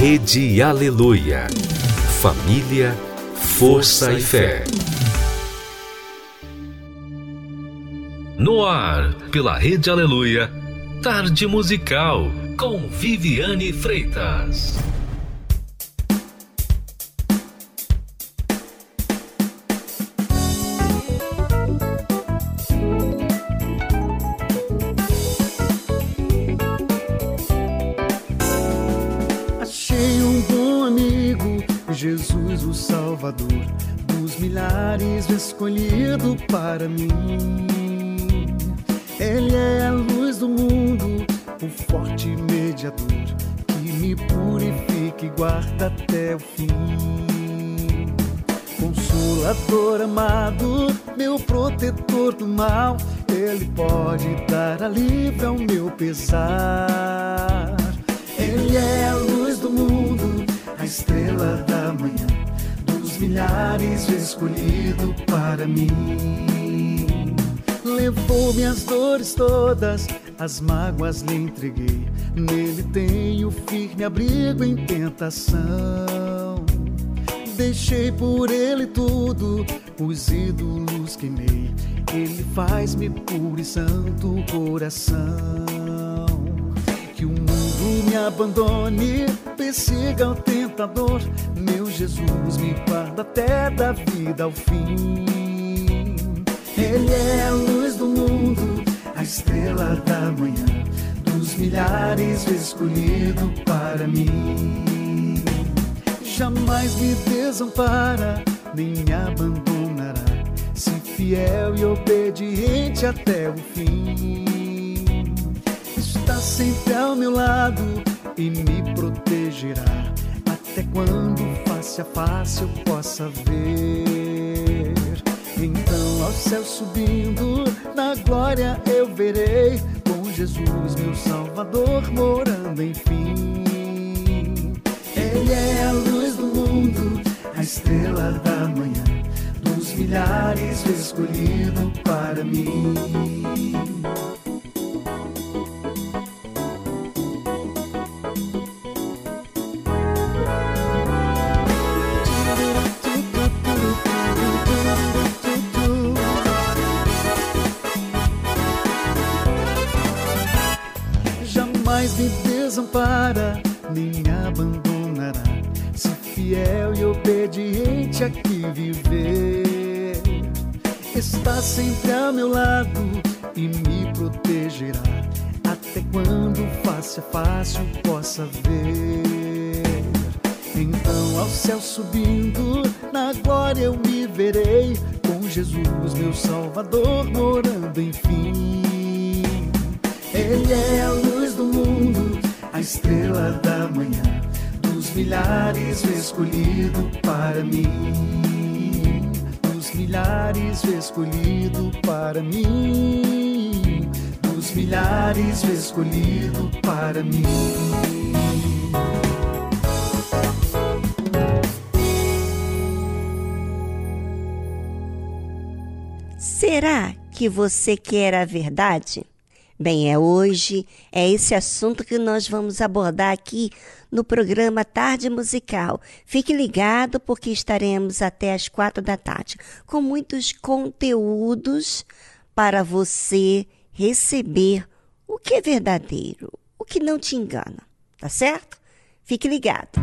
Rede Aleluia. Família, força e fé. No ar, pela Rede Aleluia, Tarde Musical, com Viviane Freitas. Jesus, o Salvador dos milhares, escolhido para mim. Ele é a luz do mundo, o forte mediador, que me purifica e guarda até o fim. Consolador amado, meu protetor do mal, Ele pode dar alívio ao meu pesar. Ele é a luz do mundo, a estrela da manhã, dos milhares escolhido para mim. Levou minhas dores todas, as mágoas lhe entreguei. Nele tenho firme abrigo em tentação. Deixei por ele tudo, os ídolos queimei. Ele faz-me puro e santo coração. Que o mundo me abandone, persiga o tentador, meu Jesus me guarda até da vida ao fim. Ele é a luz do mundo, a estrela da manhã, dos milhares escolhido para mim. Jamais me desampara, nem me abandonará, se fiel e obediente até o fim. Está sempre ao meu lado e me protegerá, até quando face a face eu possa ver. Então ao céu subindo, na glória eu verei, com Jesus meu Salvador morando enfim. Ele é a luz do mundo, a estrela da manhã, dos milhares escolhido para mim. Jamais me desampara, nem me abandonará, se fiel e obediente aqui viver. Está sempre ao meu lado e me protegerá, até quando face a face eu possa ver. Então ao céu subindo, na glória eu me verei, com Jesus meu Salvador morando enfim. Ele é a luz do mundo, a estrela da manhã, dos milhares escolhido para mim. Dos milhares escolhido para mim. Dos milhares escolhido para mim. Será que você quer a verdade? Bem, hoje é esse assunto que nós vamos abordar aqui no programa Tarde Musical. Fique ligado porque estaremos até às 16h com muitos conteúdos para você receber o que é verdadeiro, o que não te engana, tá certo? Fique ligado.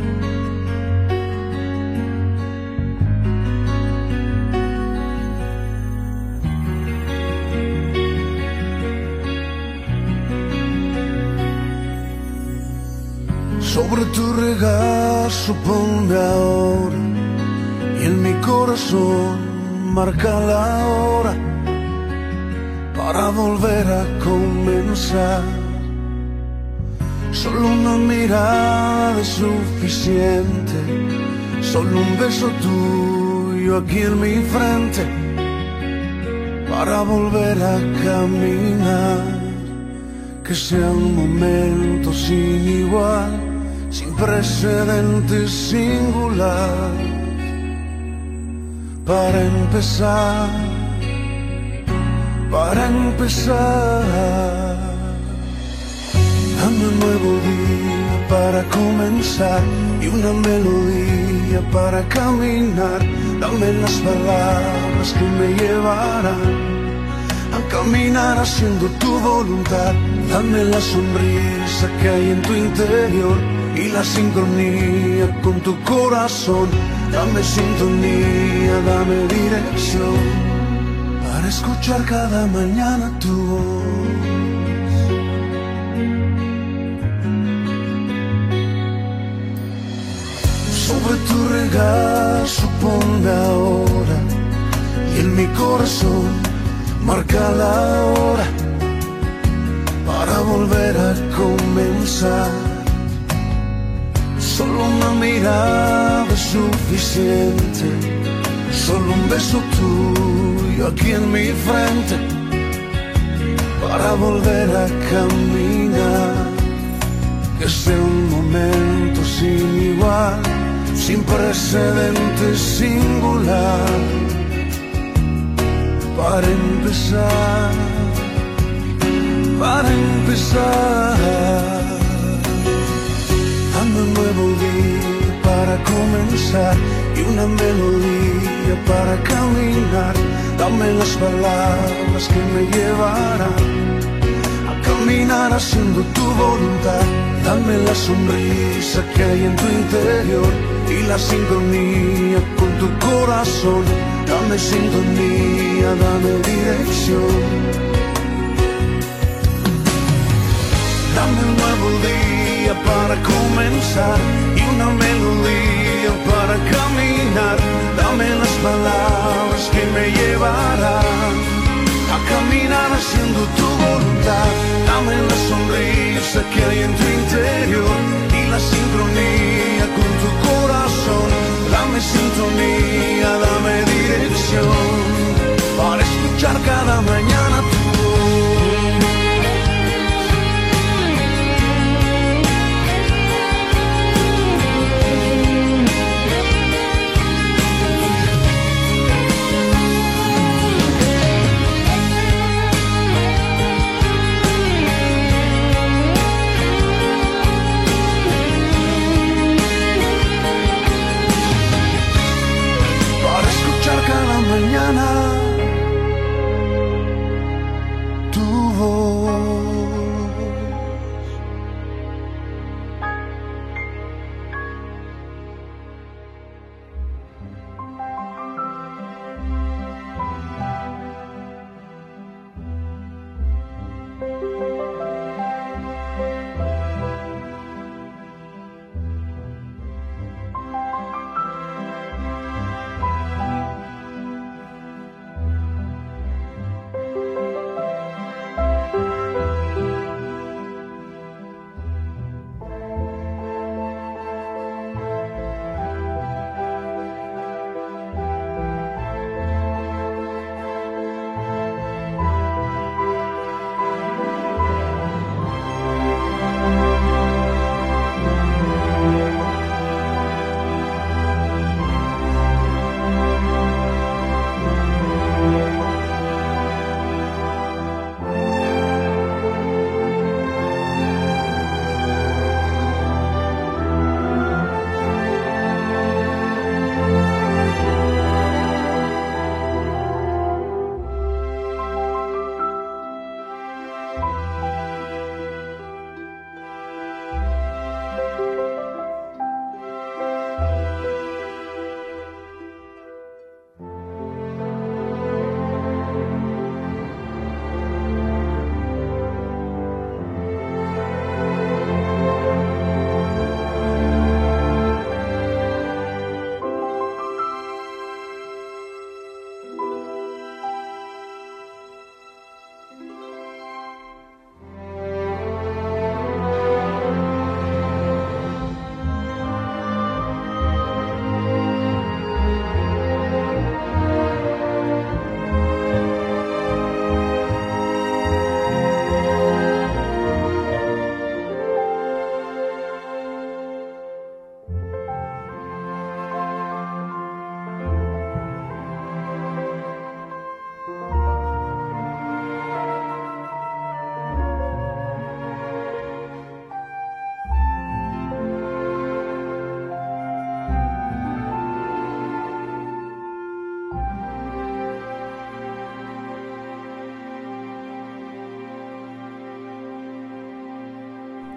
Sobre tu regazo ponme ahora y en mi corazón marca la hora para volver a comenzar. Solo una mirada es suficiente, solo un beso tuyo aquí en mi frente para volver a caminar. Que sea un momento sin igual, sin precedentes, singular, para empezar, para empezar. Dame un nuevo día para comenzar y una melodía para caminar. Dame las palabras que me llevarán a caminar haciendo tu voluntad. Dame la sonrisa que hay en tu interior y la sincronía con tu corazón. Dame sintonía, dame dirección para escuchar cada mañana tu voz. Sobre tu regazo ponme ahora y en mi corazón marca la hora para volver a comenzar. Solo una mirada es suficiente, solo un beso tuyo aquí en mi frente para volver a caminar. Que sea un momento sin igual, sin precedentes, singular, para empezar, para empezar. Dame un nuevo día para comenzar y una melodía para caminar. Dame las palabras que me llevarán a caminar haciendo tu voluntad. Dame la sonrisa que hay en tu interior y la sincronía con tu corazón. Dame sintonía, dame dirección. Dame un nuevo día para comenzar y una melodía para caminar. Dame las palabras que me llevarán a caminar haciendo tu voluntad. Dame la sonrisa que hay en tu interior y la sincronía con tu corazón. Dame sintonía, dame dirección para escuchar cada mañana tu voz.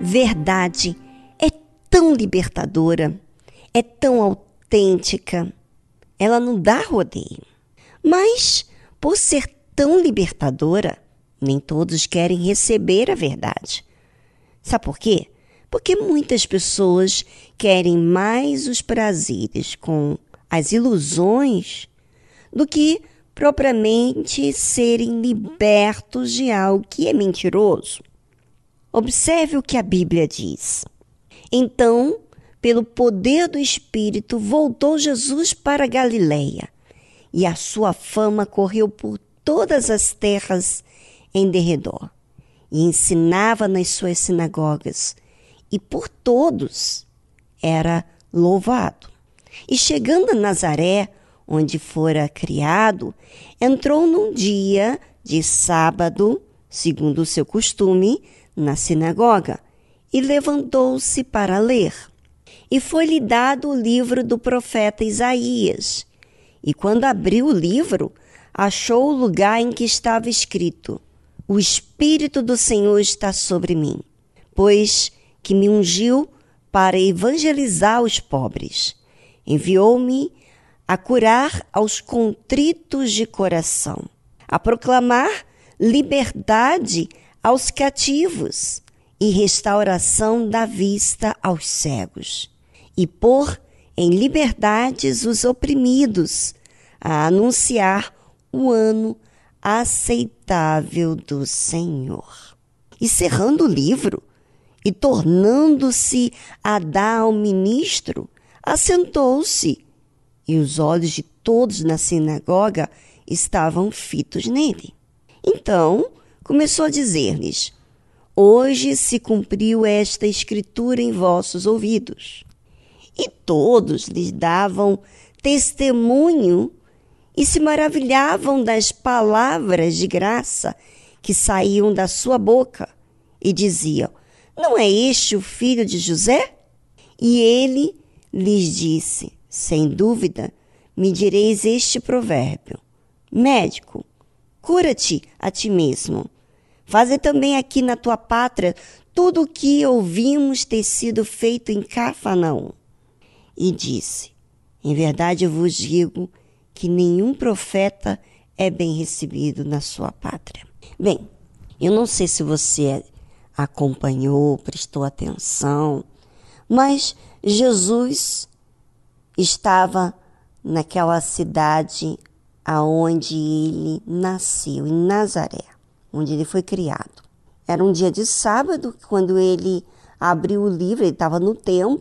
verdade é tão libertadora, é tão autêntica, ela não dá rodeio. Mas, por ser tão libertadora, nem todos querem receber a verdade. Sabe por quê? Porque muitas pessoas querem mais os prazeres com as ilusões do que propriamente serem libertos de algo que é mentiroso. Observe o que a Bíblia diz. Então, pelo poder do Espírito, voltou Jesus para Galiléia, e a sua fama correu por todas as terras em derredor, e ensinava nas suas sinagogas, e por todos era louvado. E chegando a Nazaré, onde fora criado, entrou num dia de sábado, segundo o seu costume, na sinagoga, e levantou-se para ler. E foi-lhe dado o livro do profeta Isaías. E quando abriu o livro, achou o lugar em que estava escrito: O Espírito do Senhor está sobre mim, pois que me ungiu para evangelizar os pobres. Enviou-me a curar aos contritos de coração, a proclamar liberdade aos cativos e restauração da vista aos cegos, e pôr em liberdades os oprimidos, a anunciar o ano aceitável do Senhor. E cerrando o livro, e tornando-se a dar ao ministro, assentou-se, e os olhos de todos na sinagoga estavam fitos nele. Então começou a dizer-lhes: Hoje se cumpriu esta escritura em vossos ouvidos. E todos lhes davam testemunho e se maravilhavam das palavras de graça que saíam da sua boca, e diziam: Não é este o filho de José? E ele lhes disse: Sem dúvida, me direis este provérbio: Médico, cura-te a ti mesmo. Faze também aqui na tua pátria tudo o que ouvimos ter sido feito em Cafarnaum. E disse: Em verdade eu vos digo que nenhum profeta é bem recebido na sua pátria. Bem, eu não sei se você acompanhou, prestou atenção, mas Jesus estava naquela cidade aonde ele nasceu, em Nazaré, onde ele foi criado. Era um dia de sábado, quando ele abriu o livro, ele estava no templo,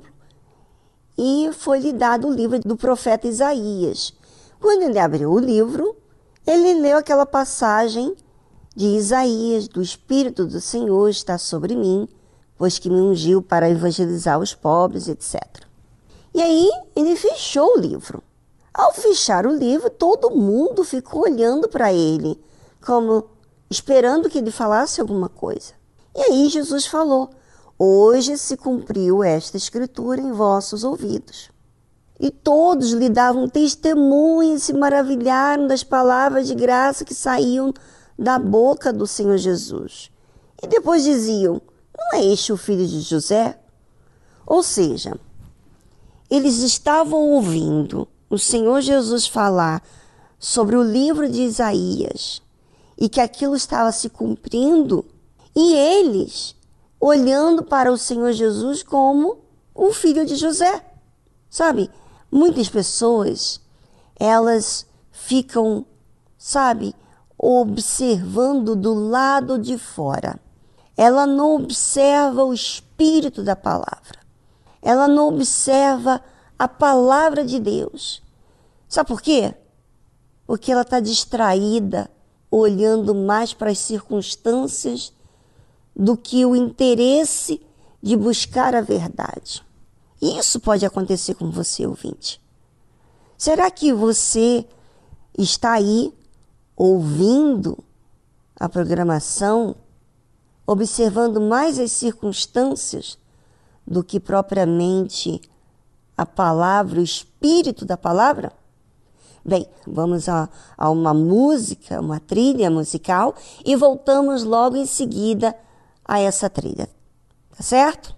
e foi-lhe dado o livro do profeta Isaías. Quando ele abriu o livro, ele leu aquela passagem de Isaías: do Espírito do Senhor está sobre mim, pois que me ungiu para evangelizar os pobres, etc. E aí ele fechou o livro. Ao fechar o livro, todo mundo ficou olhando para ele, como esperando que ele falasse alguma coisa. E aí Jesus falou: Hoje se cumpriu esta escritura em vossos ouvidos. E todos lhe davam testemunho e se maravilharam das palavras de graça que saíam da boca do Senhor Jesus. E depois diziam: Não é este o filho de José? Ou seja, eles estavam ouvindo o Senhor Jesus falar sobre o livro de Isaías e que aquilo estava se cumprindo, e eles olhando para o Senhor Jesus como um filho de José. Sabe, muitas pessoas, elas ficam, observando do lado de fora. Ela não observa o espírito da palavra. Ela não observa a palavra de Deus. Sabe por quê? Porque ela está distraída, olhando mais para as circunstâncias do que o interesse de buscar a verdade. E isso pode acontecer com você, ouvinte. Será que você está aí ouvindo a programação, observando mais as circunstâncias do que propriamente a palavra, o espírito da palavra? Bem, vamos a uma música, uma trilha musical, e voltamos logo em seguida a essa trilha. Tá certo?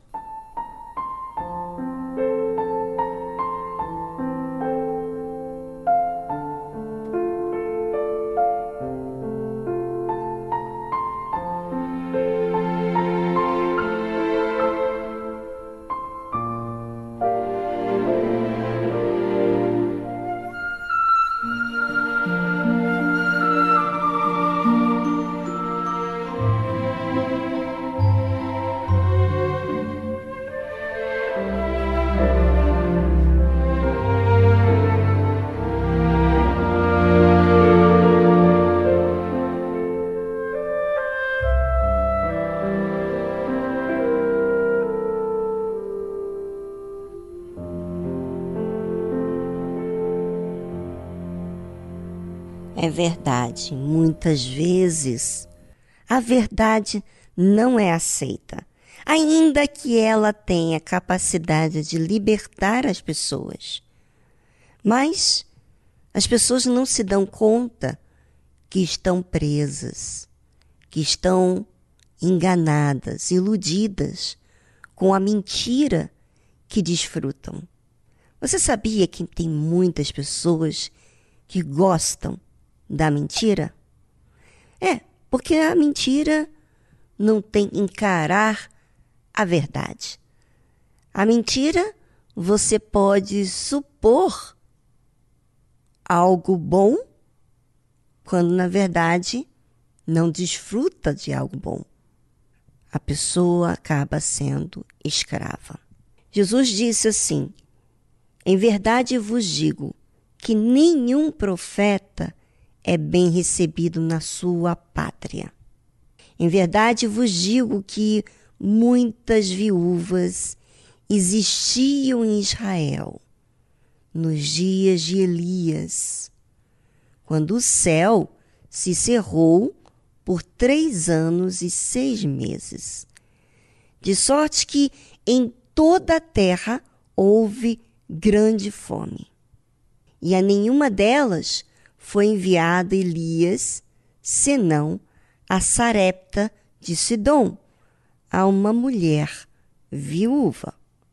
É verdade, muitas vezes a verdade não é aceita, ainda que ela tenha capacidade de libertar as pessoas. Mas as pessoas não se dão conta que estão presas, que estão enganadas, iludidas com a mentira que desfrutam. Você sabia que tem muitas pessoas que gostam da mentira? Porque a mentira não tem que encarar a verdade. A mentira, você pode supor algo bom, quando na verdade não desfruta de algo bom. A pessoa acaba sendo escrava. Jesus disse assim: em verdade vos digo que nenhum profeta é bem recebido na sua pátria. Em verdade vos digo que muitas viúvas existiam em Israel nos dias de Elias, quando o céu se cerrou por 3 anos e 6 meses, de sorte que em toda a terra houve grande fome. E a nenhuma delas foi enviado Elias, senão a Sarepta de Sidom, a uma mulher viúva.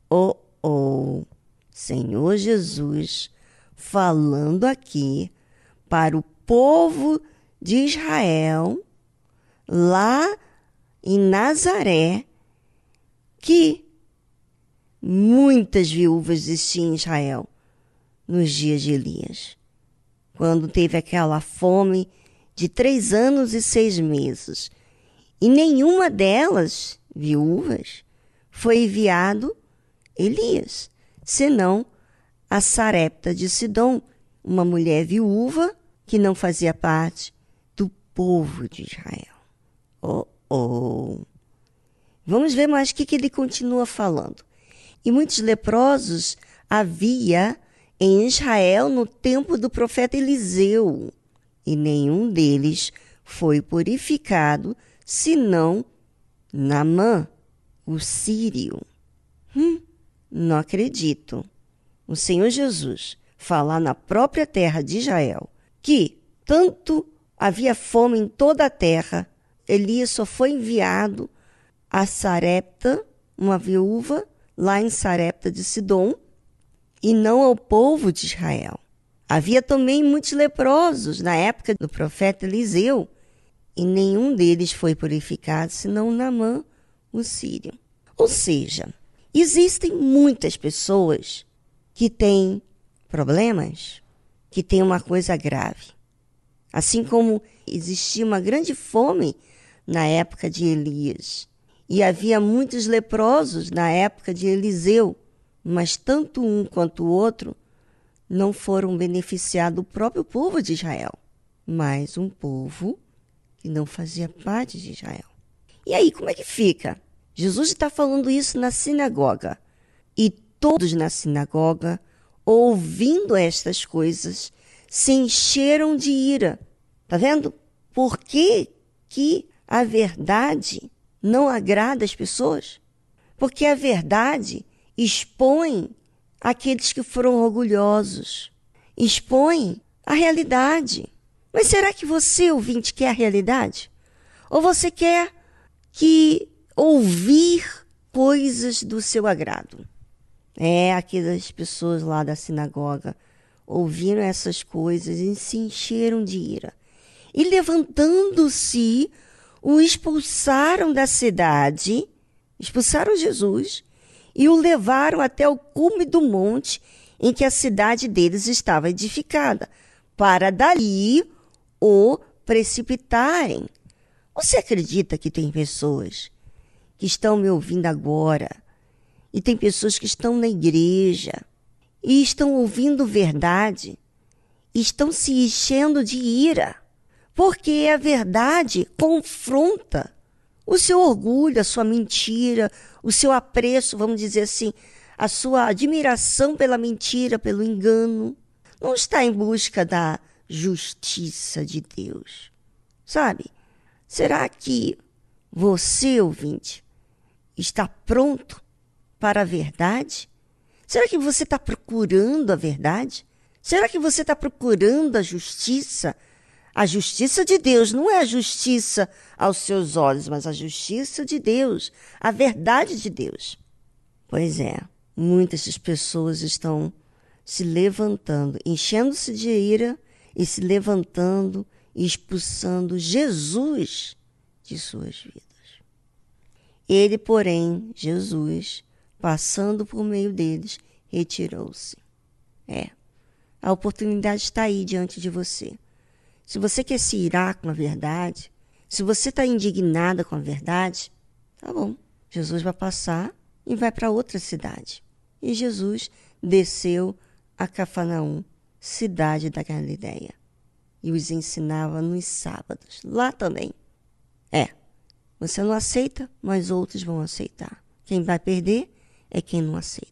Senhor Jesus falando aqui para o povo de Israel, lá em Nazaré, que muitas viúvas existiam em Israel nos dias de Elias, quando teve aquela fome de 3 anos e 6 meses. E nenhuma delas, viúvas, foi enviado Elias, senão a Sarepta de Sidom, uma mulher viúva que não fazia parte do povo de Israel. Vamos ver mais o que ele continua falando. E muitos leprosos havia em Israel no tempo do profeta Eliseu, e nenhum deles foi purificado, senão Naamã, o sírio. Não acredito. O Senhor Jesus falar na própria terra de Israel que tanto havia fome em toda a terra, Elias só foi enviado a Sarepta, uma viúva, lá em Sarepta de Sidom, e não ao povo de Israel. Havia também muitos leprosos na época do profeta Eliseu, e nenhum deles foi purificado, senão Naamã, o sírio. Ou seja, existem muitas pessoas que têm problemas, que têm uma coisa grave. Assim como existia uma grande fome na época de Elias, e havia muitos leprosos na época de Eliseu, mas tanto um quanto o outro não foram beneficiados o próprio povo de Israel, mas um povo que não fazia parte de Israel. E aí, como é que fica? Jesus está falando isso na sinagoga, e todos na sinagoga, ouvindo estas coisas, se encheram de ira. Tá vendo? Por que a verdade não agrada as pessoas? Porque a verdade expõe aqueles que foram orgulhosos, expõe a realidade. Mas será que você, ouvinte, quer a realidade? Ou você quer ouvir coisas do seu agrado. Aquelas pessoas lá da sinagoga ouviram essas coisas e se encheram de ira. E levantando-se, o expulsaram da cidade, expulsaram Jesus e o levaram até o cume do monte em que a cidade deles estava edificada, para dali o precipitarem. Você acredita que tem pessoas que estão me ouvindo agora e tem pessoas que estão na igreja e estão ouvindo verdade e estão se enchendo de ira? Porque a verdade confronta o seu orgulho, a sua mentira, o seu apreço, vamos dizer assim, a sua admiração pela mentira, pelo engano. Não está em busca da justiça de Deus. Sabe? Será que você, ouvinte, está pronto para a verdade? Será que você está procurando a verdade? Será que você está procurando a justiça? A justiça de Deus não é a justiça aos seus olhos, mas a justiça de Deus, a verdade de Deus. Pois é, muitas pessoas estão se levantando, enchendo-se de ira e se levantando e expulsando Jesus de suas vidas. Ele, porém, Jesus, passando por meio deles, retirou-se. A oportunidade está aí diante de você. Se você quer se irar com a verdade, se você está indignada com a verdade, tá bom. Jesus vai passar e vai para outra cidade. E Jesus desceu a Cafarnaum, cidade da Galileia, e os ensinava nos sábados, lá também. Você não aceita, mas outros vão aceitar. Quem vai perder é quem não aceita.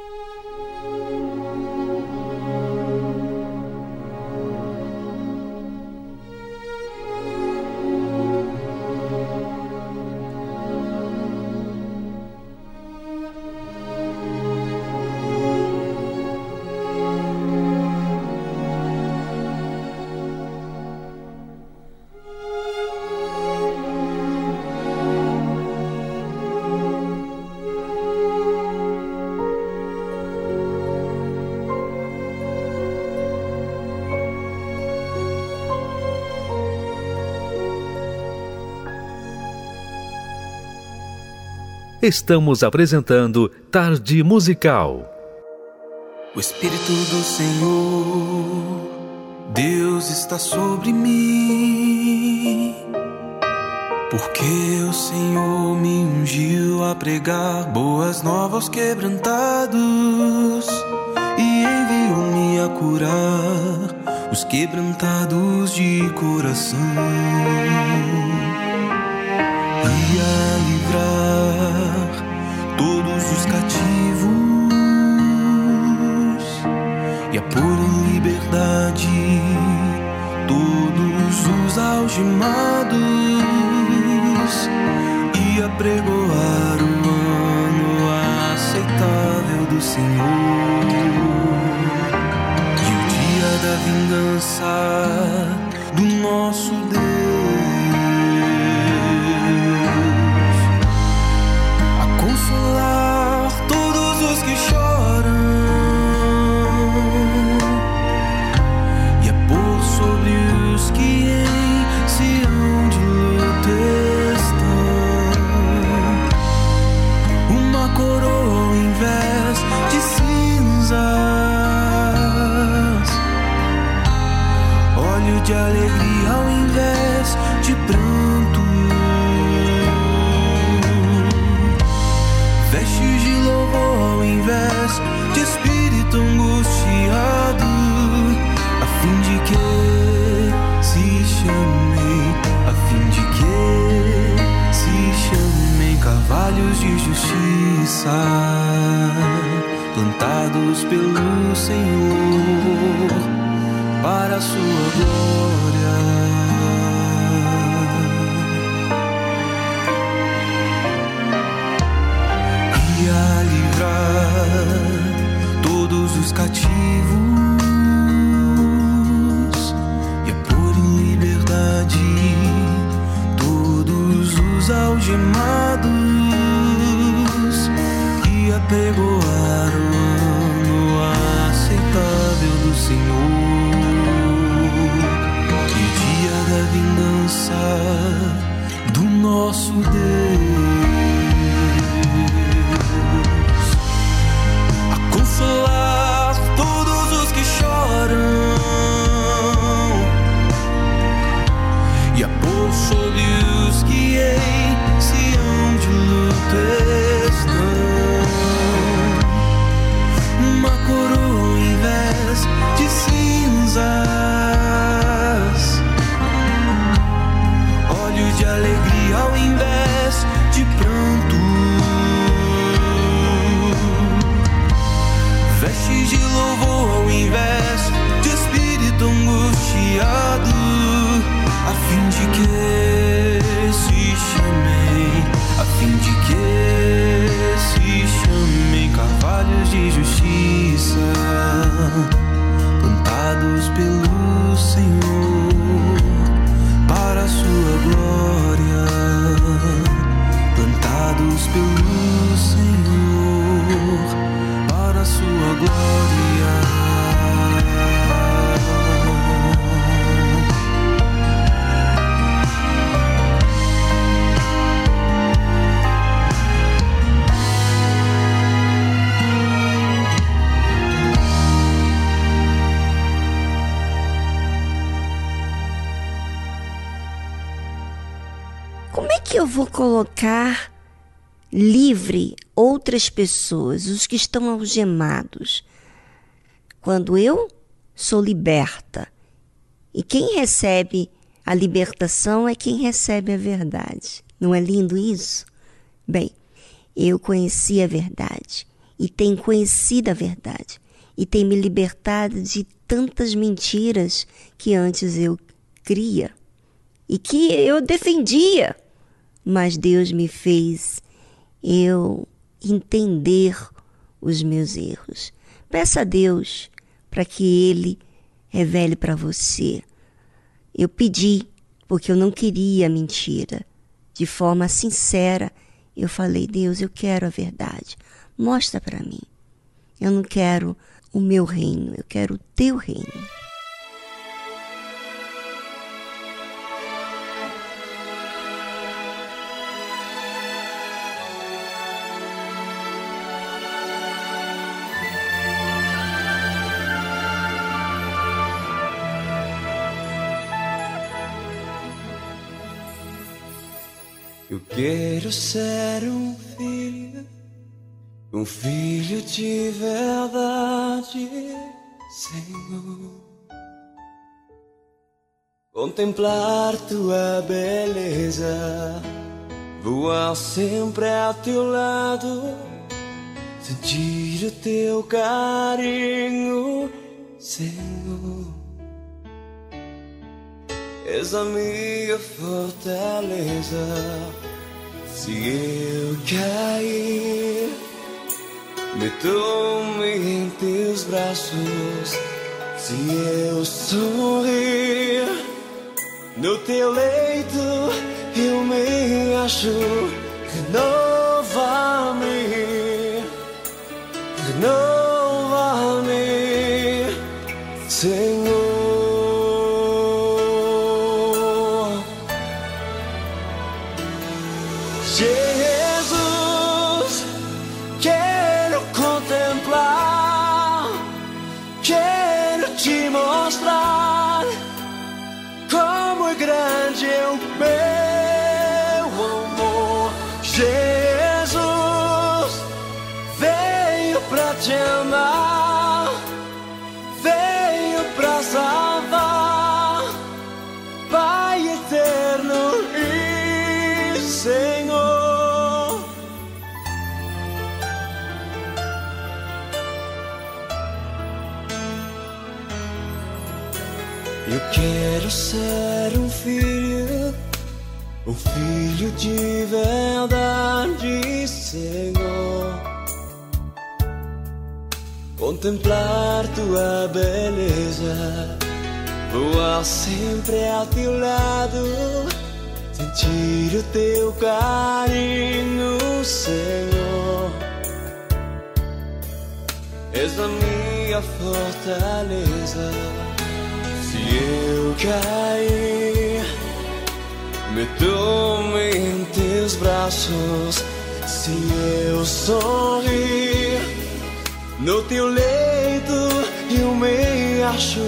Estamos apresentando Tarde Musical. O Espírito do Senhor, Deus está sobre mim, porque o Senhor me ungiu a pregar boas novas aos quebrantados e enviou-me a curar os quebrantados de coração e a livrar todos os cativos e a pôr em liberdade todos os algemados e a pregoar o ano aceitável do Senhor e o dia da vingança do nosso Deus, a consolar todos os que choram e a pôr sobre os que em Sião de luto estão uma coroa ao invés de cinzas, óleo de alegria ao invés de pranto, vestes de louvor ao invés de espírito angustiado, a fim de que se chamem carvalhos de justiça, plantados pelo Senhor para a sua glória. E a livrar todos os cativos e a pôr em liberdade todos os algemados celebrar o ano aceitável do Senhor e dia da vingança do nosso Deus, a consolar todos os que choram e a pôr sobre os que em Sião de luto estão uma coroa em vez de cinzas, olhos de alegria ao invés de pranto, vestes de louvor ao invés de espírito angustiado, a fim de que se chamem carvalhos de justiça, plantados pelo Senhor para a sua glória, plantados pelo Senhor para a sua glória. Que eu vou colocar livre outras pessoas, os que estão algemados, quando eu sou liberta? E quem recebe a libertação é quem recebe a verdade. Não é lindo isso? Bem, eu conheci a verdade e tenho conhecido a verdade e tenho me libertado de tantas mentiras que antes eu cria e que eu defendia. Mas Deus me fez eu entender os meus erros. Peça a Deus para que Ele revele para você. Eu pedi, porque eu não queria mentira. De forma sincera, eu falei: Deus, eu quero a verdade. Mostra para mim. Eu não quero o meu reino, eu quero o teu reino. Eu quero ser um filho de verdade, Senhor. Contemplar tua beleza, voar sempre ao teu lado, sentir o teu carinho, Senhor. És a minha fortaleza. Se eu cair, me tome em teus braços. Se eu sorrir, no teu leito eu me acho. Renova-me, renova-me, Senhor. Jesus, quero contemplar, quero te mostrar como é grande é o meu amor. Jesus, veio pra te amar, veio pra salvar, Pai eterno e Senhor. Eu quero ser um filho de verdade, Senhor. Contemplar tua beleza, voar sempre ao teu lado, sentir o teu carinho, Senhor. és a minha fortaleza. Se eu cair, me tome em teus braços. Se eu sorrir, no teu leito eu me acho.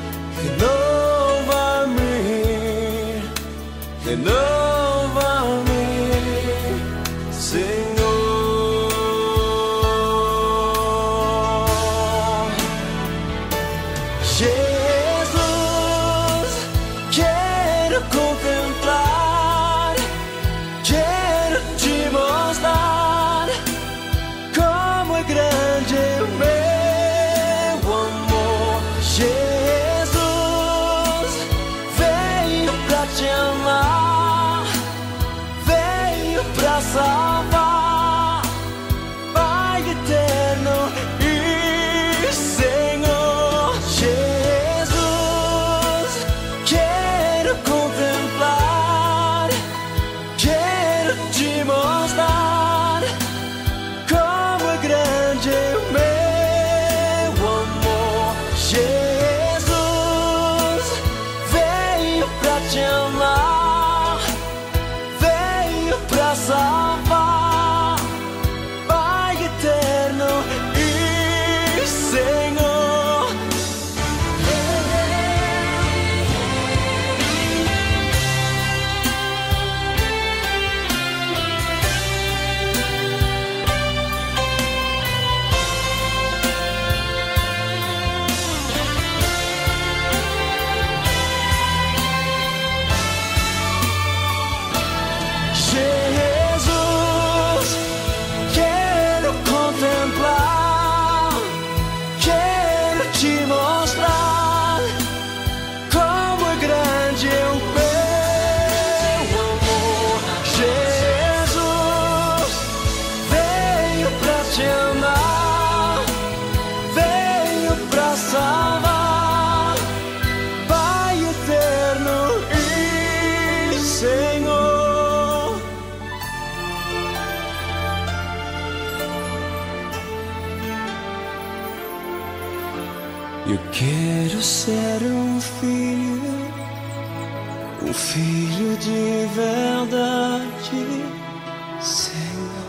Renova-me, renova-me, Senhor. Jesus, quero contemplar, quero te mostrar como é grande o meu amor. Jesus veio pra te amar, veio pra salvar, Pai eterno e Senhor. Jesus, quero contemplar, quero te mostrar como é grande o meu amor. Jesus veio pra te amar, veio pra salvar, Pai eterno e Senhor. Jesus, quero contemplar, quero te mostrar como é grande o meu amor. Jesus veio pra te amar, veio pra salvar, Pai eterno e Senhor. Eu quero ser um filho de verdade, Senhor.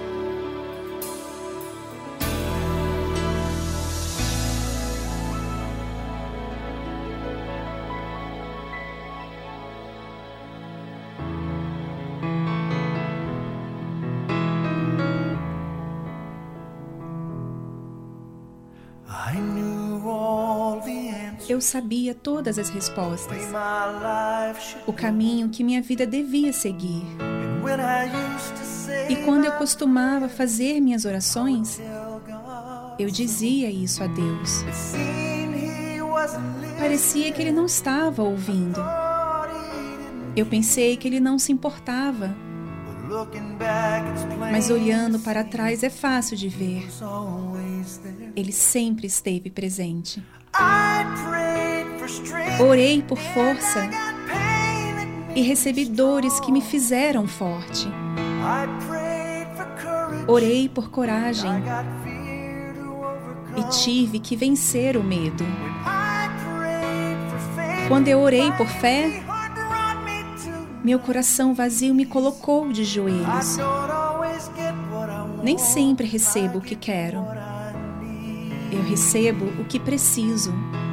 I knew all the answers. Eu sabia todas as respostas, My life should o caminho que minha vida devia seguir. And when I used to say E quando eu costumava fazer minhas orações, tell God, eu dizia isso a Deus. it seemed He wasn't listening. Parecia que Ele não estava ouvindo. Thought He didn't. Eu pensei que Ele não se importava, But looking back, it's plain mas olhando para trás é fácil de ver. He's always there. Ele sempre esteve presente. I prayed for strength. Orei por força I got pain that e recebi dores que me fizeram forte. I prayed for courage. Orei por coragem I got fear to overcome. e tive que vencer o medo. I prayed for faith. Quando eu orei por fé, Heart brought me to. meu coração vazio me colocou de I joelhos. don't always get what I want. Nem sempre recebo o que quero. What I need. Eu recebo o que preciso.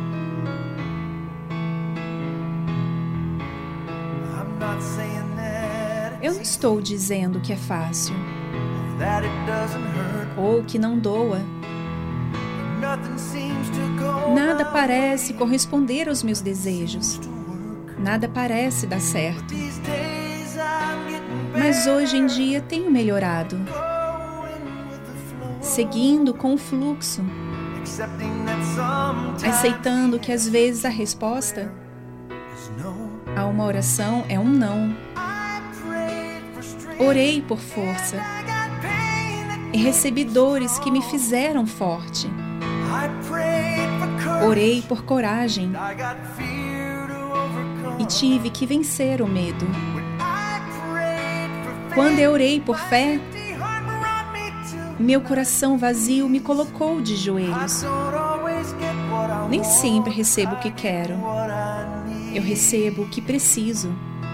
I'm not saying that Eu não estou dizendo que é fácil that it doesn't hurt. ou que não doa. Nothing seems to go. Nada parece corresponder aos meus desejos. Nada parece dar certo. These days I'm getting Mas hoje em dia tenho melhorado, going with the flow. seguindo com o fluxo, Accepting that sometimes aceitando que às vezes a resposta is no. a uma oração é um não. I prayed for strength. Orei por força I got pain that e recebi dores que me fizeram forte. I prayed for courage. Orei por coragem I got fear to overcome. e tive que vencer o medo. When I prayed for faith, Quando eu orei por fé, the heart brought me to. Meu coração vazio me colocou de joelhos. Nem sempre recebo o que quero. Eu recebo o que preciso.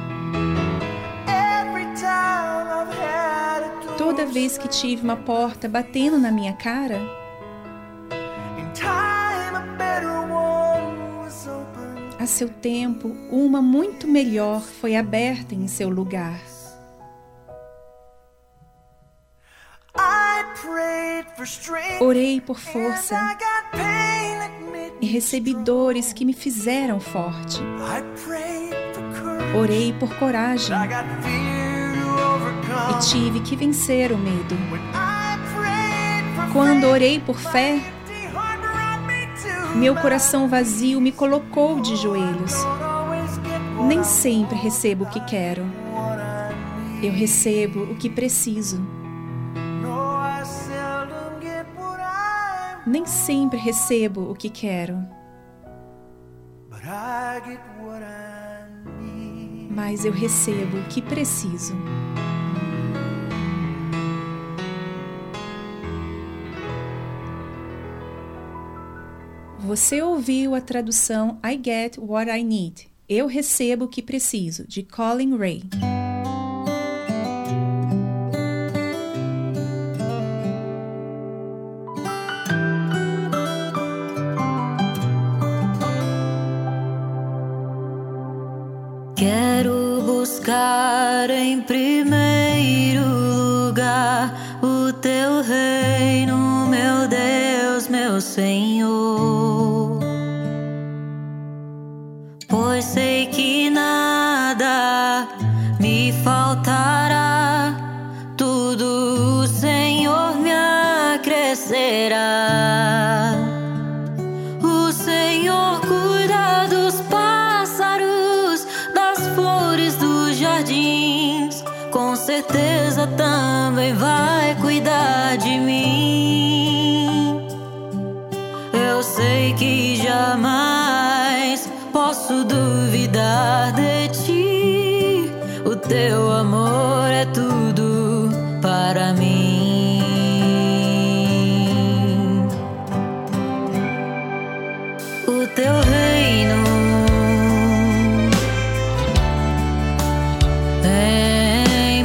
Toda vez que tive uma porta batendo na minha cara, a seu tempo, uma muito melhor foi aberta em seu lugar. Orei por força e recebi dores que me fizeram forte. Orei por coragem e tive que vencer o medo. Quando orei por fé, meu coração vazio me colocou de joelhos. Nem sempre recebo o que quero. Eu recebo o que preciso. Nem sempre recebo o que quero. Mas eu recebo o que preciso. Você ouviu a tradução I Get What I Need. Eu recebo o que preciso, de Colin Ray. Quero buscar em primeiro lugar o teu reino, meu Deus, meu Senhor. Pois sei que nada me faltará, tudo o Senhor me acrescerá. O Senhor cuida dos pássaros, das flores dos jardins, com certeza também vai cuidar de mim. Eu sei que jamais posso duvidar de ti, o teu amor é tudo para mim. O teu reino em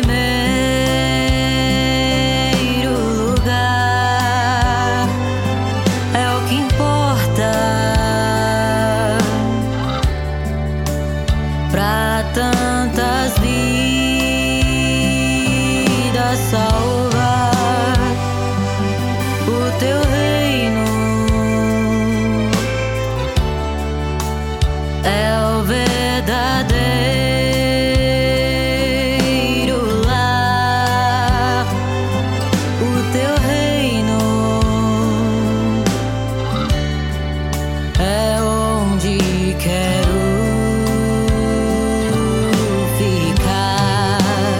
primeiro lugar é o que importa pra tantas vidas salvar. O teu reino é o verdadeiro lar. O teu reino é onde quero ficar.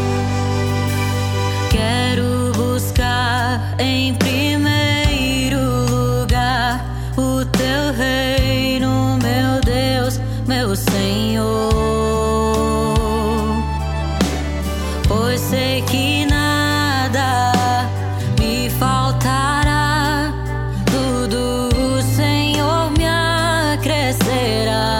Quero buscar em primeiro lugar o teu reino, meu Deus, meu Senhor. Pois sei que nada me faltará, tudo o Senhor me acrescerá.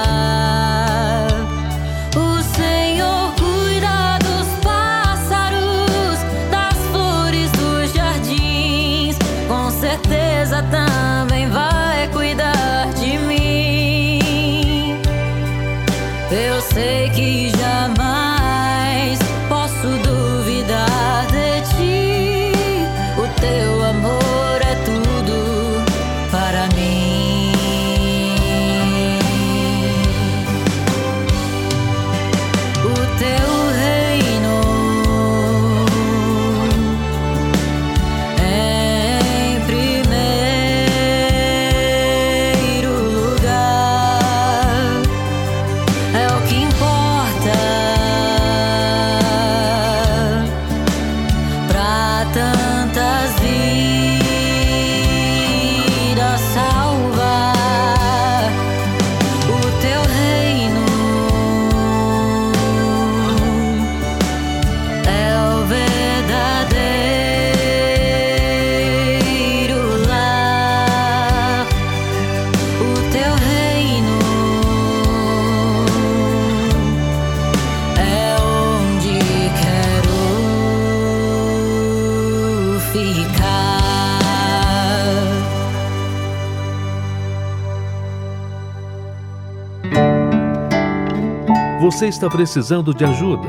O Senhor cuida dos pássaros, das flores dos jardins, com certeza também vai cuidar de mim. Eu sei que jamais posso duvidar de ti, o teu amor é tudo para mim. O teu reino em primeiro Você está precisando de ajuda?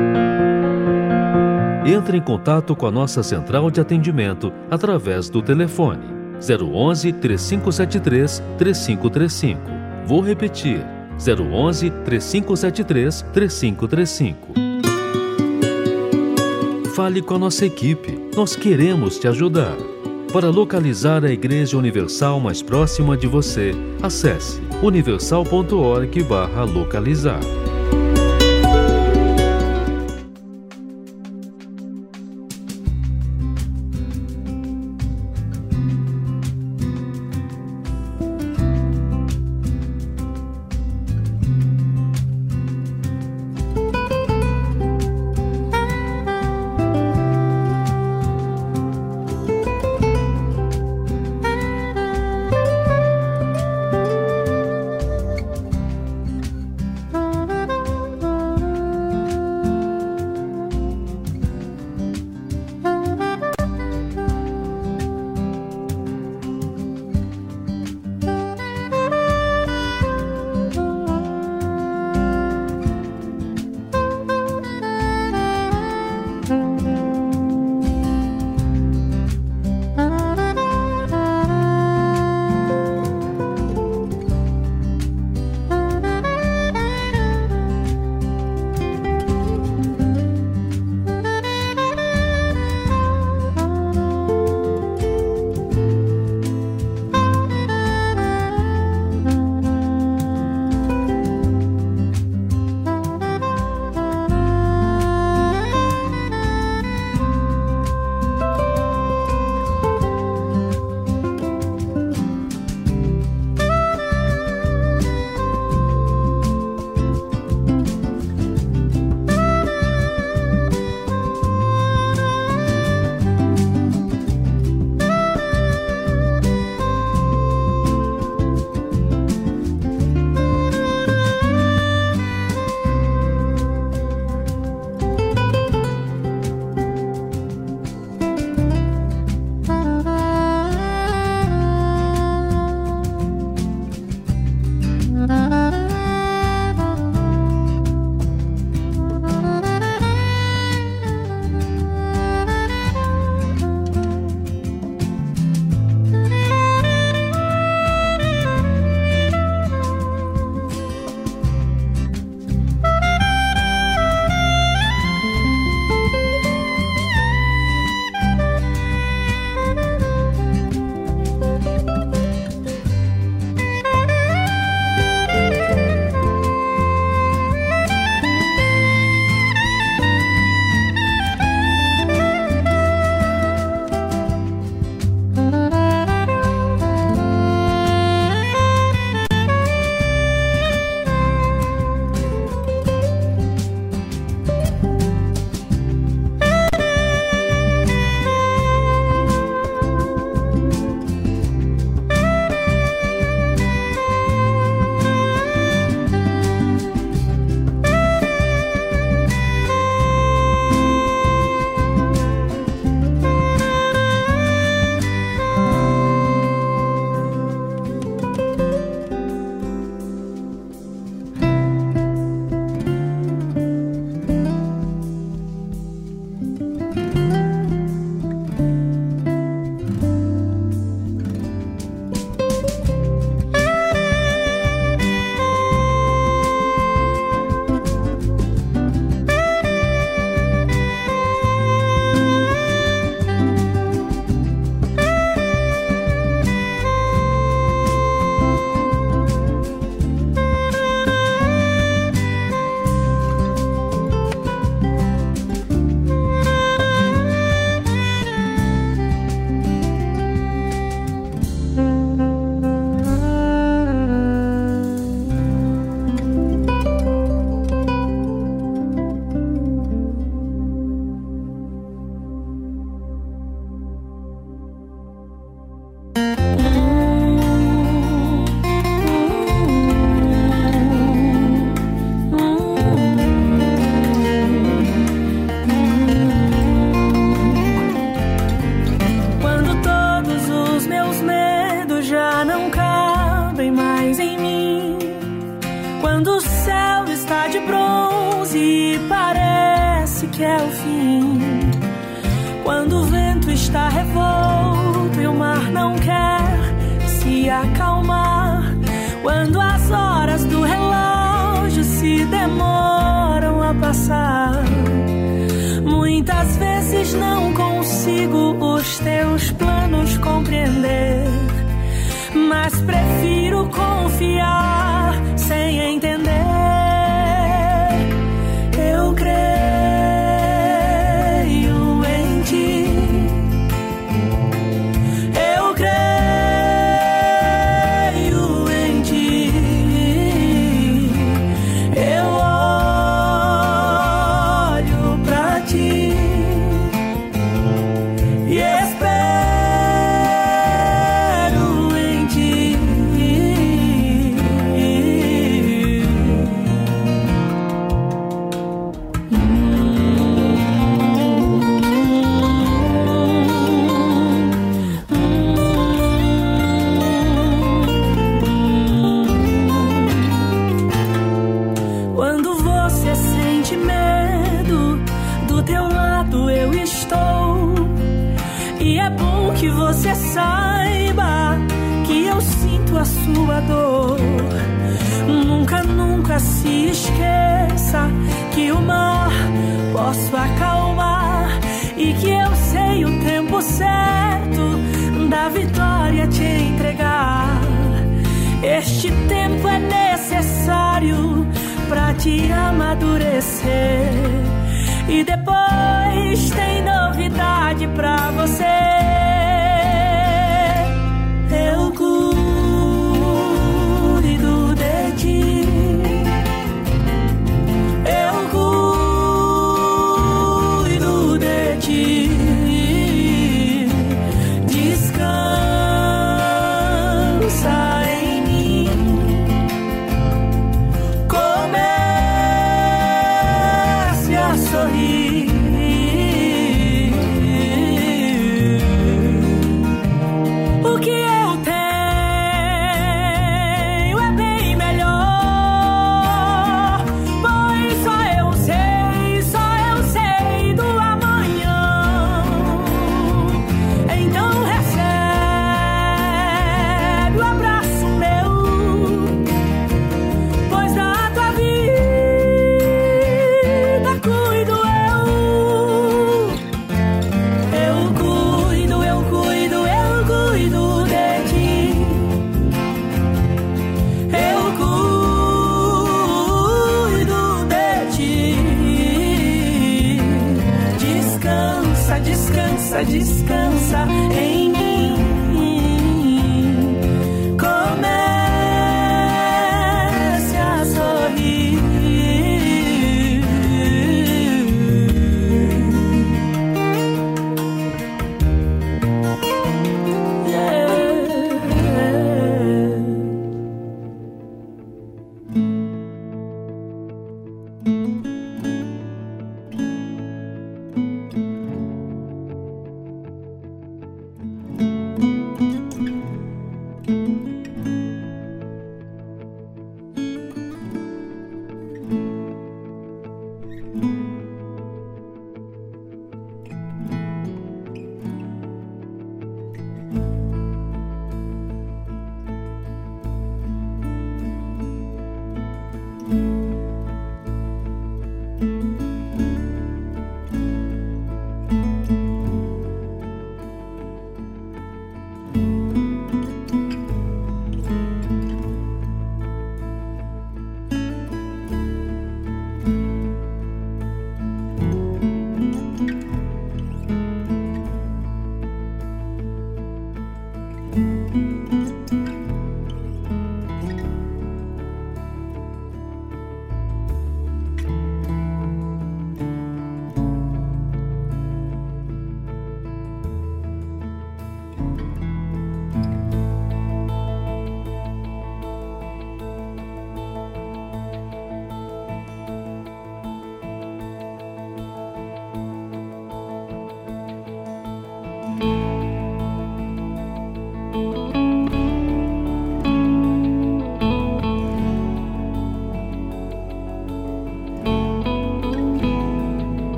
Entre em contato com a nossa central de atendimento através do telefone 011 3573 3535. Vou repetir, 011 3573 3535. Fale com a nossa equipe, nós queremos te ajudar. Para localizar a Igreja Universal mais próxima de você, acesse universal.org/localizar. Quando o céu está de pronto que é o fim. Quando o vento está revolto e o mar não quer se acalmar. Quando as horas do relógio se demoram a passar. Muitas vezes não consigo os teus planos compreender, mas prefiro confiar sem entender. Eu creio em ti. Eu creio em ti. Eu olho pra ti e espero em ti. Quando você sente medo, do teu lado eu estou. E é bom que você saiba que eu sinto a sua dor. Nunca, nunca se esqueça que o mar posso acalmar e que eu sei o tempo certo da vitória te entregar. Este tempo é necessário pra te amadurecer e depois tem novidade pra você. Eu cuido de ti. Eu cuido de ti. Descansa em mim. Comece a sorrir.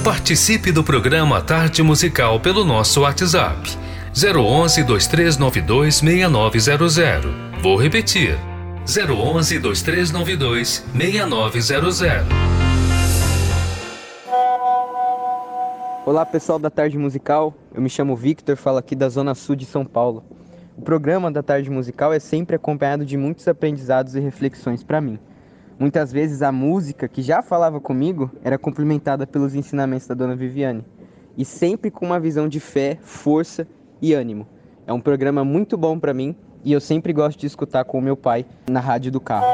Participe do programa Tarde Musical pelo nosso WhatsApp 011-2392-6900. Vou repetir, 011-2392-6900. Olá pessoal da Tarde Musical, eu me chamo Victor, falo aqui da Zona Sul de São Paulo. O programa da Tarde Musical é sempre acompanhado de muitos aprendizados e reflexões para mim. Muitas vezes a música, que já falava comigo, era complementada pelos ensinamentos da Dona Viviane. E sempre com uma visão de fé, força e ânimo. É um programa muito bom para mim e eu sempre gosto de escutar com o meu pai na rádio do carro.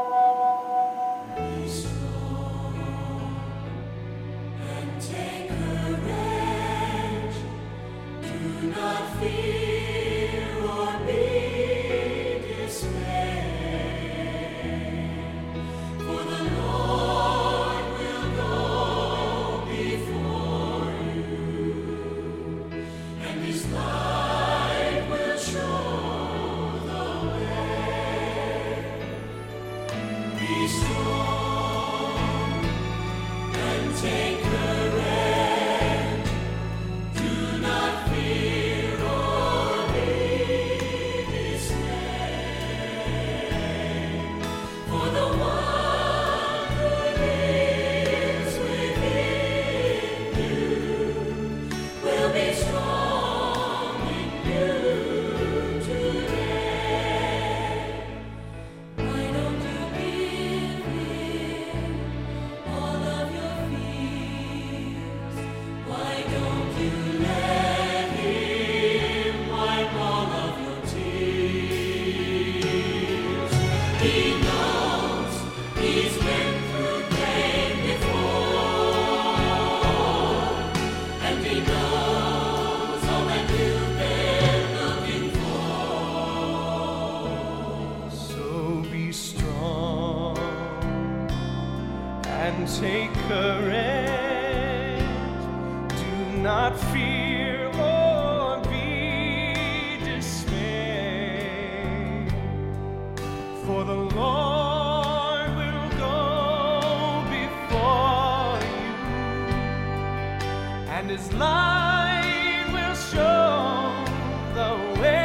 Take courage, do not fear or be dismayed, for the Lord will go before you, and His light will show the way.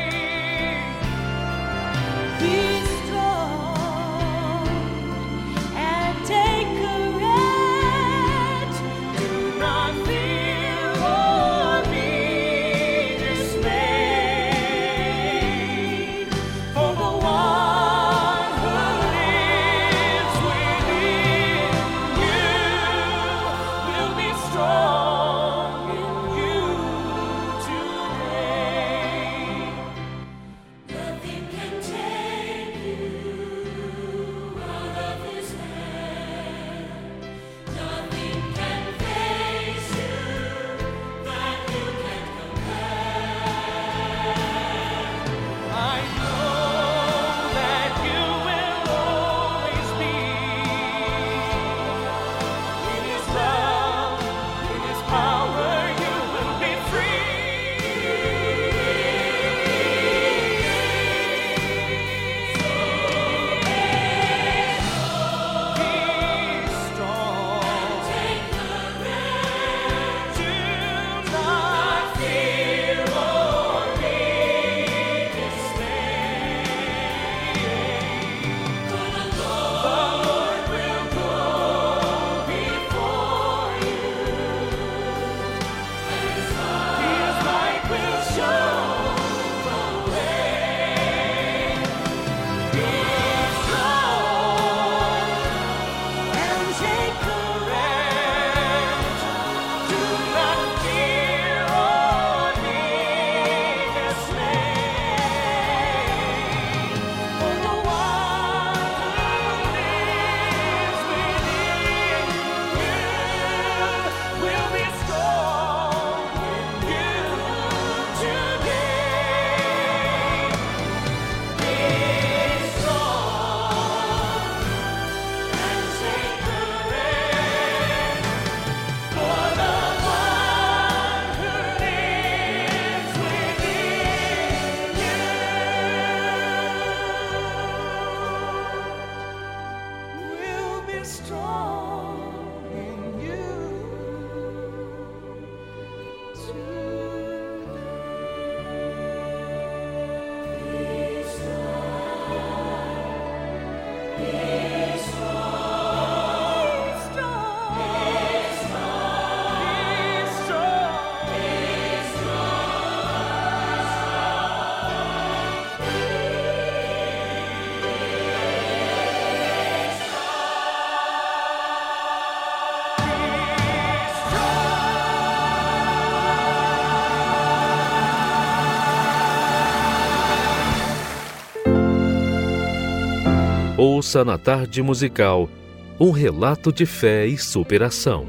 Be strong and take strong in Ouça na Tarde Musical um relato de fé e superação.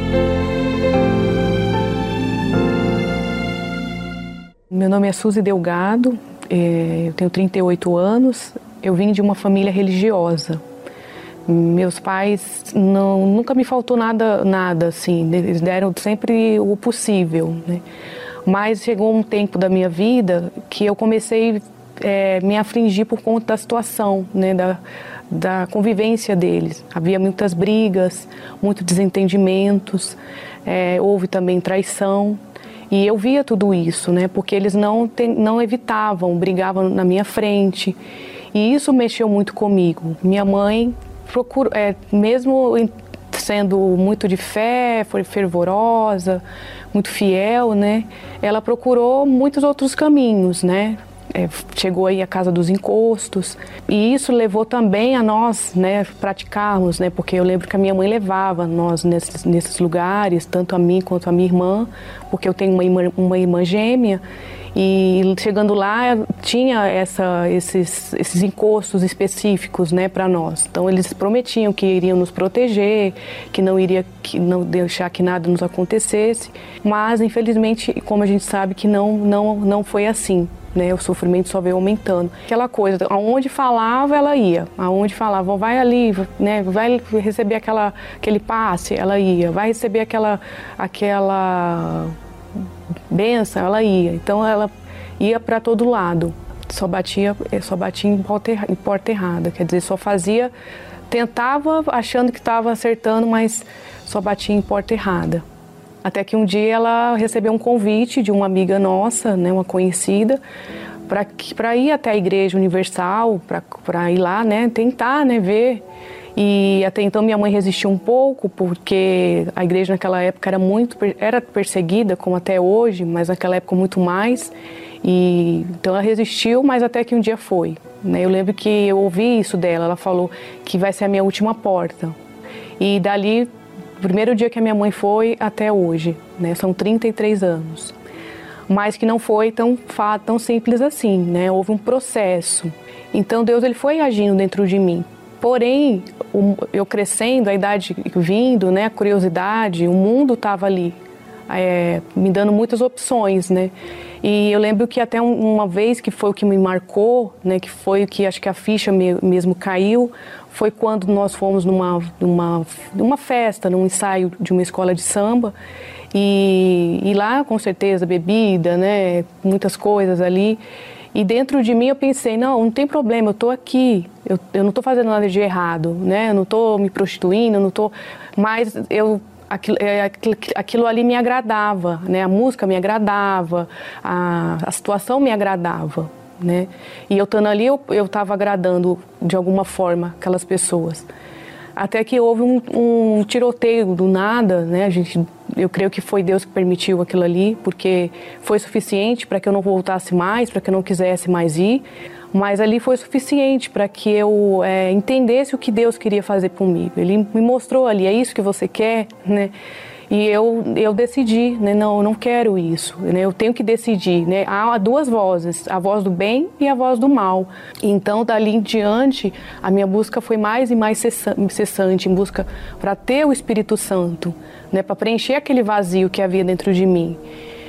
Meu nome é Suzy Delgado, eu tenho 38 anos, eu vim de uma família religiosa. Meus pais, nunca me faltou nada assim, eles deram sempre o possível, né? Mas chegou um tempo da minha vida que eu comecei a me afligir por conta da situação, né? Da convivência deles. Havia muitas brigas, muitos desentendimentos, houve também traição. E eu via tudo isso, né? Porque eles não evitavam, brigavam na minha frente. E isso mexeu muito comigo. Minha mãe procurou, mesmo sendo muito de fé, foi fervorosa, muito fiel, né? Ela procurou muitos outros caminhos, né? Chegou aí à casa dos encostos, e isso levou também a nós, né, praticarmos, né, porque eu lembro que a minha mãe levava nós nesses lugares, tanto a mim quanto a minha irmã, porque eu tenho uma irmã gêmea, e chegando lá tinha esses encostos específicos, né, para nós. Então eles prometiam que iriam nos proteger, que não deixar que nada nos acontecesse, mas infelizmente, como a gente sabe, que não foi assim. Né, o sofrimento só veio aumentando. Aquela coisa, aonde falava, ela ia. Aonde falava, vai ali, né, vai receber aquele passe, ela ia. Vai receber aquela benção, ela ia. Então ela ia para todo lado. Só batia em porta errada. Quer dizer, tentava achando que estava acertando, mas só batia em porta errada. Até que um dia ela recebeu um convite de uma amiga nossa, né, uma conhecida, para ir até a Igreja Universal, para ir lá, né, tentar, né, ver. E até então minha mãe resistiu um pouco, porque a igreja naquela época era perseguida, como até hoje, mas naquela época muito mais. E então ela resistiu, mas até que um dia foi. Né? Eu lembro que eu ouvi isso dela, ela falou que vai ser a minha última porta. E dali, o primeiro dia que a minha mãe foi até hoje, né? São 33 anos. Mas que não foi tão simples assim, né? Houve um processo. Então Deus ele foi agindo dentro de mim. Porém, eu crescendo, a idade vindo, né? A curiosidade, o mundo estava ali, me dando muitas opções, né? E eu lembro que até uma vez que foi o que me marcou, né? Que foi o que acho que a ficha mesmo caiu, foi quando nós fomos numa festa, num ensaio de uma escola de samba. E lá, com certeza, bebida, né? Muitas coisas ali. E dentro de mim eu pensei, não tem problema, eu estou aqui, eu não estou fazendo nada de errado, né? Eu não estou me prostituindo, eu não estou... Mas aquilo ali me agradava, né? A música me agradava, a situação me agradava, né? E eu estando ali, eu estava agradando de alguma forma aquelas pessoas. Até que houve um tiroteio do nada, né? Eu creio que foi Deus que permitiu aquilo ali, porque foi suficiente para que eu não voltasse mais, para que eu não quisesse mais ir. Mas ali foi suficiente para que eu entendesse o que Deus queria fazer comigo. Ele me mostrou ali, é isso que você quer, né? E eu decidi, né? Não, eu não quero isso, né? Eu tenho que decidir, né? Há duas vozes, a voz do bem e a voz do mal. Então, dali em diante, a minha busca foi mais e mais incessante, em busca para ter o Espírito Santo, né? Para preencher aquele vazio que havia dentro de mim.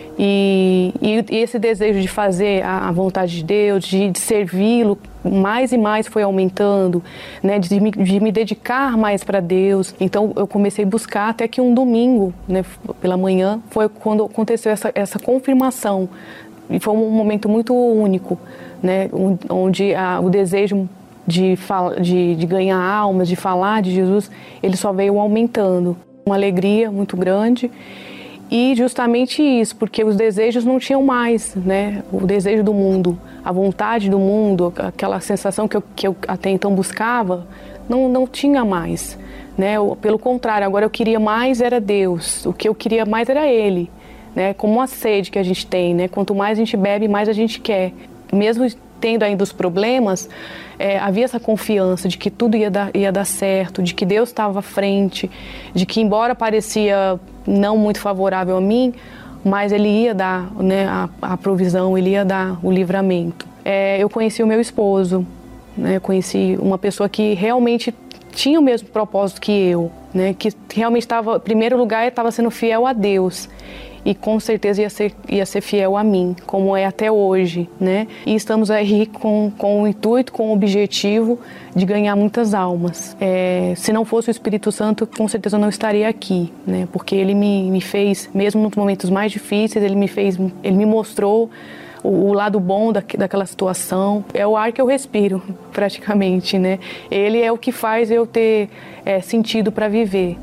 E esse desejo de fazer a vontade de Deus, de servi-lo, mais e mais foi aumentando, né, de me dedicar mais para Deus. Então eu comecei a buscar até que um domingo, né, pela manhã, foi quando aconteceu essa confirmação. E foi um momento muito único, né, onde o desejo de ganhar almas, de falar de Jesus, ele só veio aumentando. Uma alegria muito grande. E justamente isso, porque os desejos não tinham mais, né? O desejo do mundo, a vontade do mundo, aquela sensação que eu até então buscava, não tinha mais, né? Pelo contrário, agora eu queria mais era Deus, o que eu queria mais era Ele, né? Como uma sede que a gente tem, né? Quanto mais a gente bebe, mais a gente quer. Mesmo tendo ainda os problemas, havia essa confiança de que tudo ia dar certo, de que Deus estava à frente, de que embora parecia não muito favorável a mim, mas Ele ia dar, né, a provisão, Ele ia dar o livramento. Eu conheci o meu esposo, né? Eu conheci uma pessoa que realmente tinha o mesmo propósito que eu, né? Que realmente estava, em primeiro lugar, estava sendo fiel a Deus. E com certeza ia ser fiel a mim, como é até hoje, né? E estamos aí com o intuito, com o objetivo de ganhar muitas almas. Se não fosse o Espírito Santo, com certeza eu não estaria aqui, né? Porque ele me fez, mesmo nos momentos mais difíceis, ele me mostrou o lado bom daquela situação. É o ar que eu respiro, praticamente, né? Ele é o que faz eu ter sentido para viver.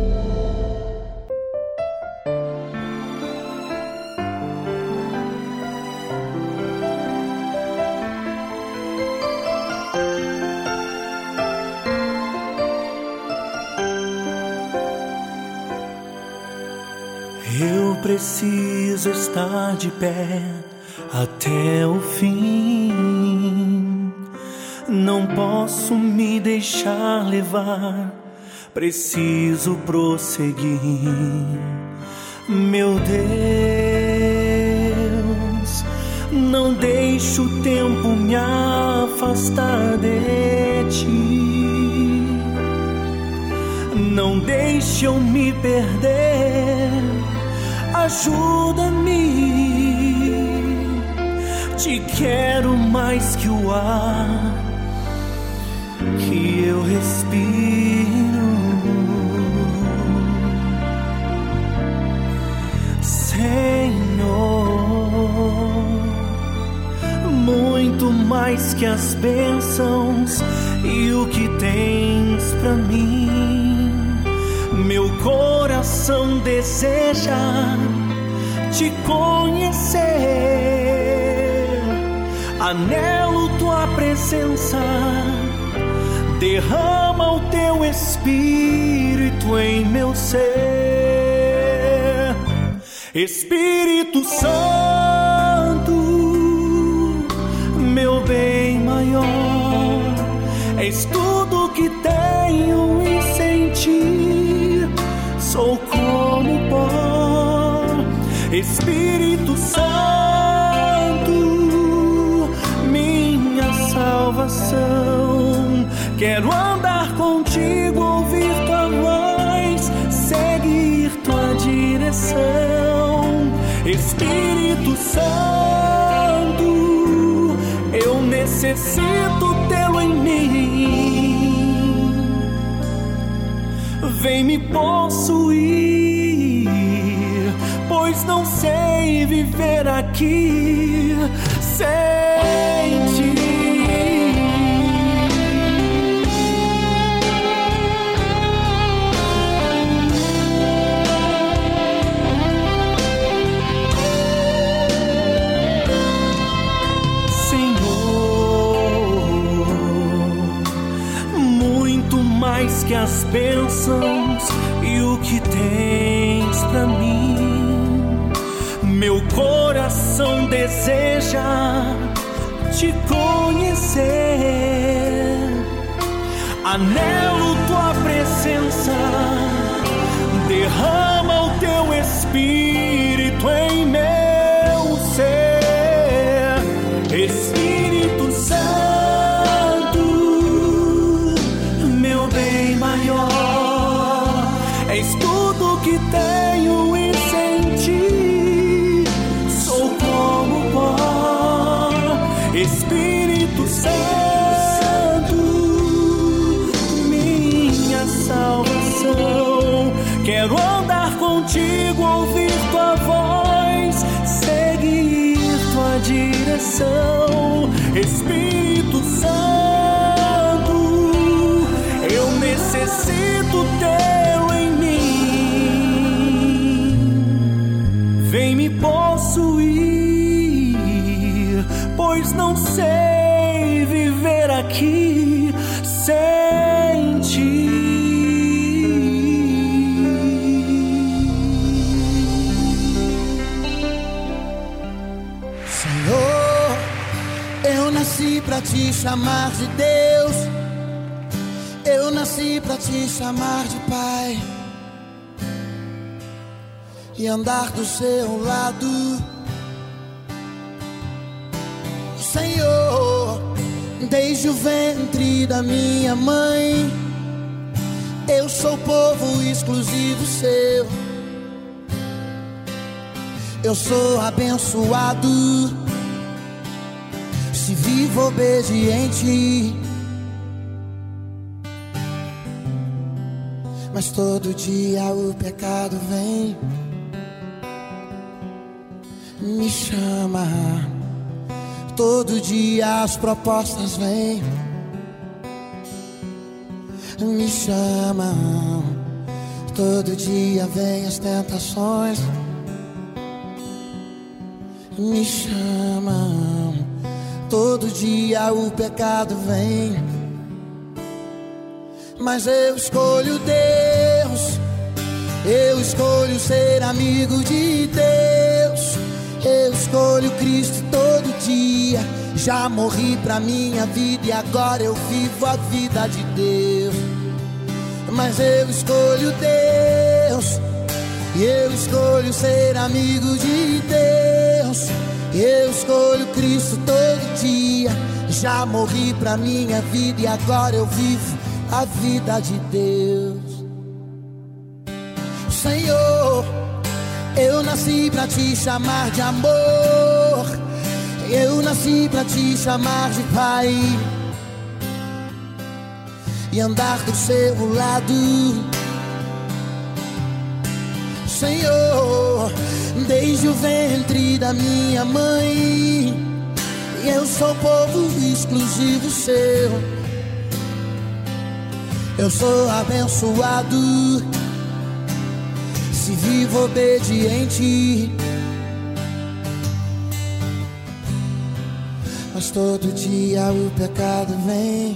Eu preciso estar de pé até o fim. Não posso me deixar levar, preciso prosseguir. Meu Deus, não deixe o tempo me afastar de ti. Não deixe eu me perder, ajuda-me. Te quero mais que o ar que eu respiro. Senhor, muito mais que as bênçãos e o que tens pra mim. Meu coração deseja te conhecer, anelo tua presença, derrama o teu Espírito em meu ser. Espírito Santo, meu bem maior, és tudo que tenho e sentir, sou como pó. Espírito Santo, minha salvação, quero andar contigo, ouvir tua voz, seguir tua direção. Espírito Santo, eu necessito tê-lo em mim. Vem me possuir, pois não sei viver aqui sem ti. Mais que as bênçãos e o que tens pra mim, meu coração deseja te conhecer, anelo tua presença, derrama o teu Espírito em meu ser. Espírito Santo, és tudo que tenho e senti, sou como pó. Espírito Santo, minha salvação, quero andar contigo, ouvir tua voz, seguir tua direção. Espírito Santo, eu necessito tê-lo em mim. Vem me possuir, pois não sei viver aqui sem ti. Senhor, eu nasci pra te chamar de Deus, eu nasci pra te chamar de Pai e andar do seu lado. Senhor, desde o ventre da minha mãe. Eu sou povo exclusivo seu. Eu sou abençoado se vivo obediente. Mas todo dia o pecado vem, me chama. Todo dia as propostas vêm, me chamam. Todo dia vem as tentações, me chamam. Todo dia o pecado vem, mas eu escolho Deus. Eu escolho ser amigo de Deus. Eu escolho Cristo todo dia. Já morri pra minha vida e agora eu vivo a vida de Deus. Mas eu escolho Deus. Eu escolho ser amigo de Deus. Eu escolho Cristo todo dia. Já morri pra minha vida e agora eu vivo a vida de Deus. Senhor, eu nasci pra te chamar de amor. Eu nasci pra te chamar de Pai e andar do seu lado. Senhor, desde o ventre da minha mãe, eu sou povo exclusivo seu. Eu sou abençoado se vivo obediente. Mas todo dia o pecado vem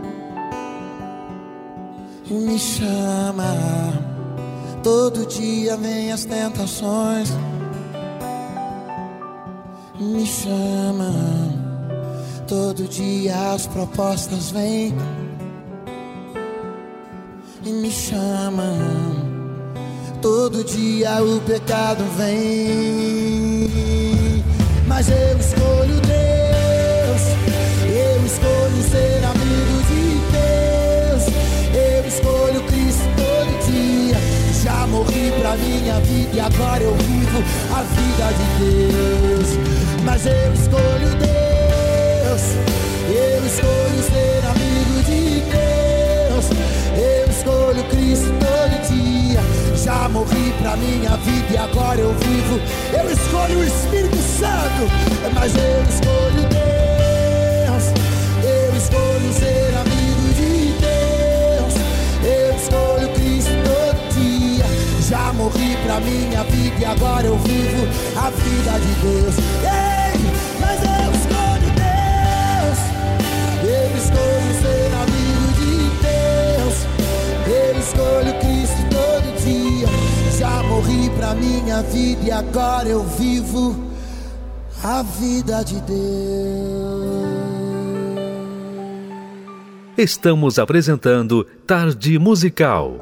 e me chama. Todo dia vem as tentações, me chama. Todo dia as propostas vêm e me chamam. Todo dia o pecado vem, mas eu escolho Deus. Eu escolho ser amigo de Deus. Eu escolho Cristo todo dia. Já morri pra minha vida e agora eu vivo a vida de Deus. Mas eu escolho Deus. Eu escolho ser amigo de Deus. Eu escolho Cristo todo dia. Já morri pra minha vida e agora eu vivo. Eu escolho o Espírito Santo. Mas eu escolho Deus. Eu escolho ser amigo de Deus. Eu escolho Cristo todo dia. Já morri pra minha vida e agora eu vivo a vida de Deus. Ei, mas eu escolho Deus. Eu escolho ser amigo de Deus. Eu escolho Cristo todo dia. Já morri pra minha vida e agora eu vivo a vida de Deus. Estamos apresentando Tarde Musical.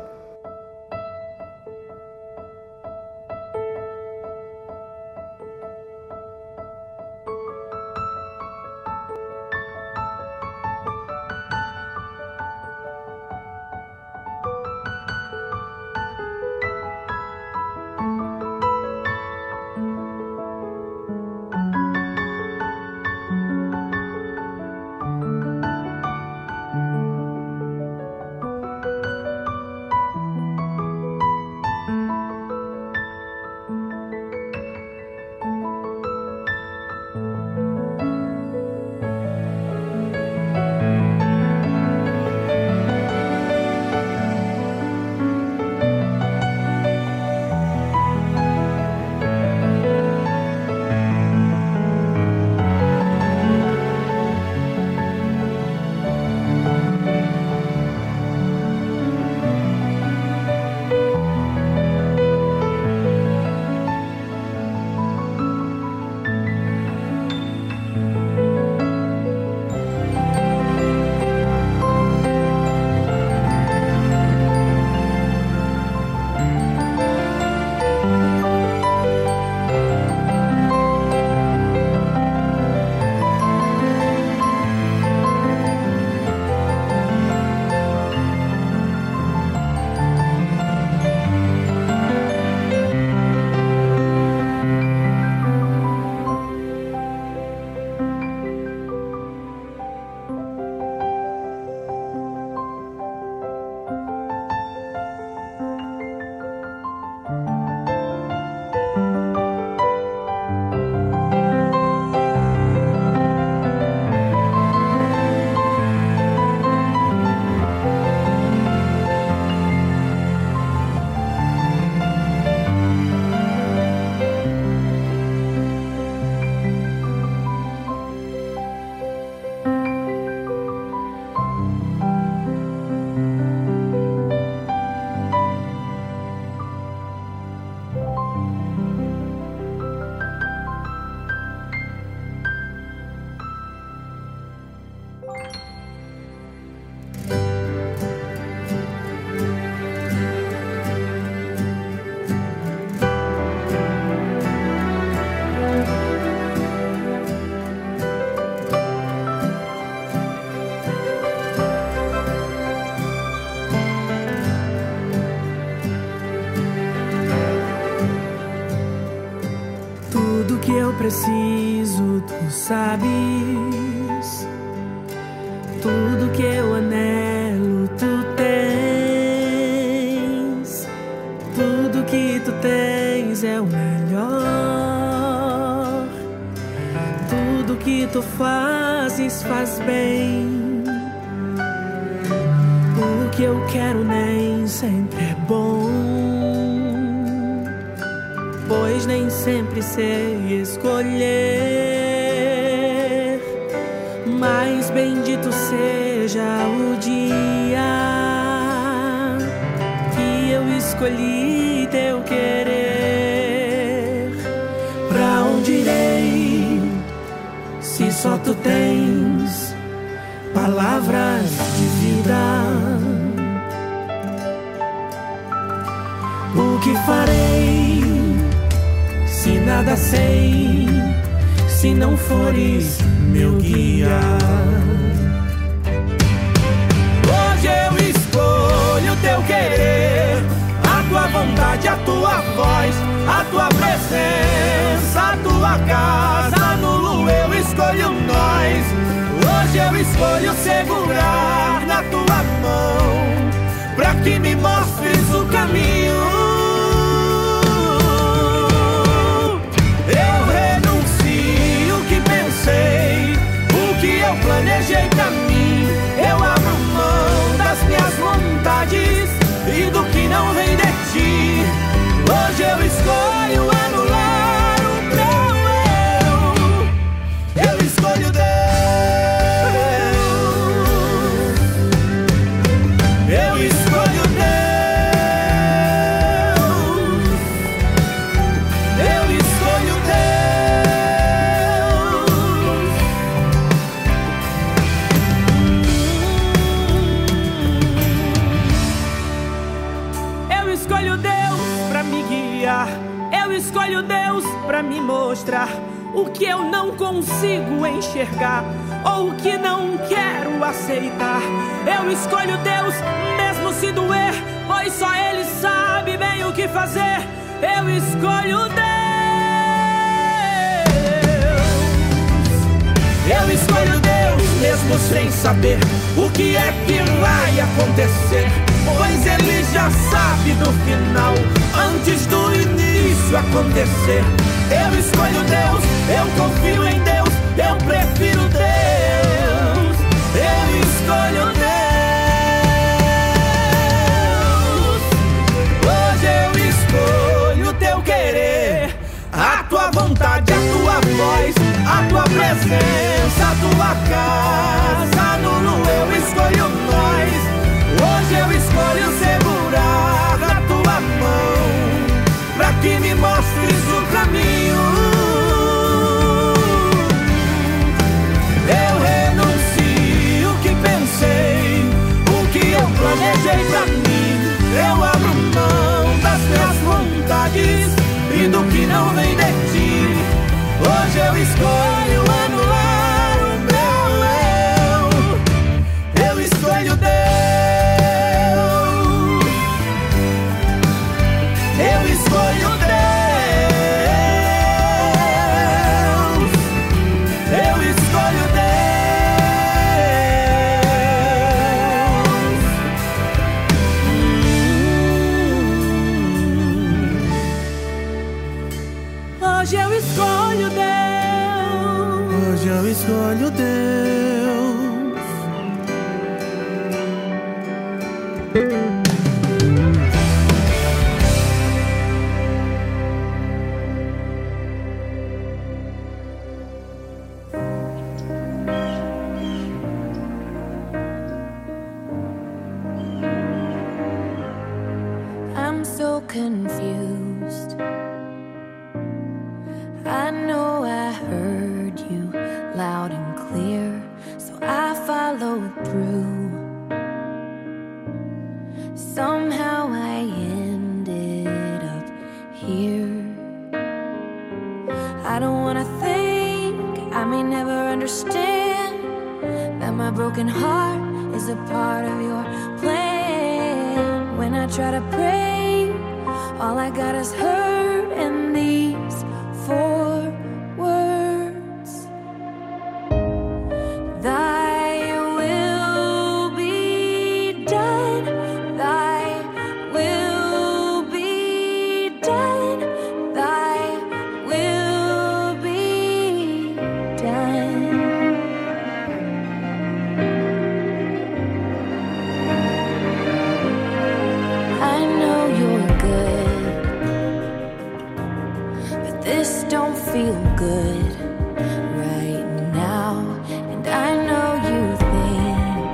preciso, tu sabes. Tudo que eu anelo, tu tens. Tudo que tu tens é o melhor. Tudo que tu fazes faz bem. O que eu quero nem sempre é bom, pois nem sempre sei escolher. Mas bendito seja o dia que eu escolhi teu querer. Pra onde irei se só tu tens palavras de vida? O que farei se nada sei, se não fores meu guia? Hoje eu escolho teu querer, a tua vontade, a tua voz, a tua presença, a tua casa. Nulo eu escolho nós. Hoje eu escolho segurar na tua mão, pra que me mostres o caminho. Eu renuncio o que pensei, o que eu planejei pra mim. Eu abro mão das minhas vontades e do que não vem de ti. Hoje eu escolho anular o meu eu. Eu escolho Deus. Eu escolho Deus. Eu escolho Deus. Eu escolho Deus pra me guiar. Eu escolho Deus pra me mostrar o que eu não consigo enxergar ou o que não quero aceitar. Eu escolho Deus, mesmo se doer, pois só Ele sabe bem o que fazer. Eu escolho Deus. Eu escolho Deus, mesmo sem saber o que é que vai acontecer, pois Ele já sabe do final, antes do início acontecer. Eu escolho Deus, eu confio em Deus, eu prefiro Deus. Eu escolho Deus. Hoje eu escolho teu querer, a tua vontade, a tua voz, a tua presença, a tua casa. Nulo eu escolho nós. Hoje eu escolho segurar na tua mão, pra que me mostres o caminho. Eu renuncio o que pensei, o que eu planejei pra mim. Eu abro mão das minhas vontades e do que não vem de ti. Hoje eu escolho anular o meu eu. Eu escolho Deus. Eu escolho Deus. Eu escolho Deus. Hoje eu escolho Deus. Hoje eu escolho Deus. I'm so confused. I know I heard you loud and clear, so I followed through. Somehow I ended up here. I don't wanna think, I may never understand that my broken heart is a part of your plan. When I try to pray, all I got is hurt and these 4 words. good right now, and I know you think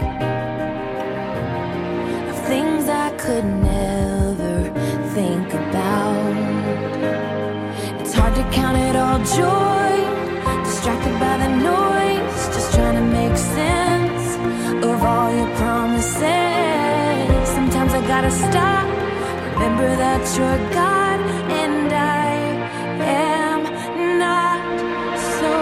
of things I could never think about. It's hard to count it all joy, distracted by the noise, just trying to make sense of all your promises. Sometimes I gotta stop, remember that you're God and I am not. So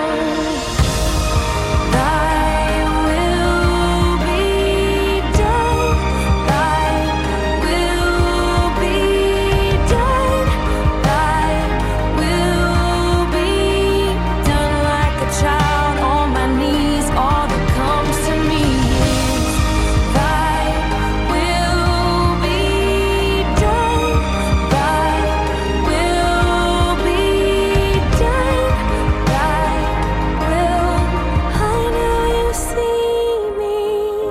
thy will be done, thy will be done, thy will be done. Like a child on my knees, all that comes to me is thy will be done, thy will be done, thy will. I know you see me,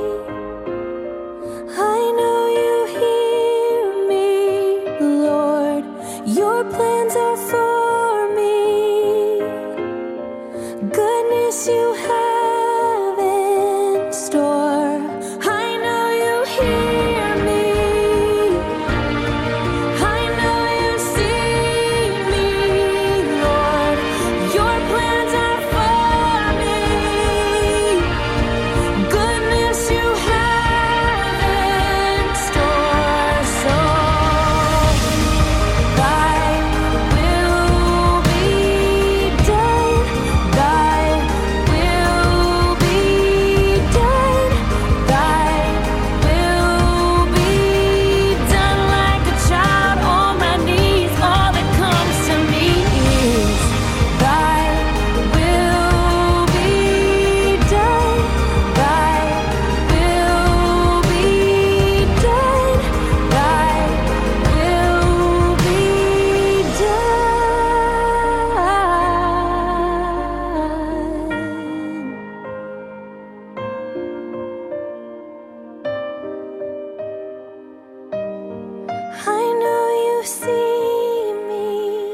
I know you hear me, Lord. Your plans are for me, goodness you have in store. I know you hear me, I know you see me, Lord. Your plans are for me, goodness you have in store. So thy will be done, thy will be done, thy will be done. Like a child on my knees, all that comes to me is thy will be done, thy will be done, thy will be done. I know you see me,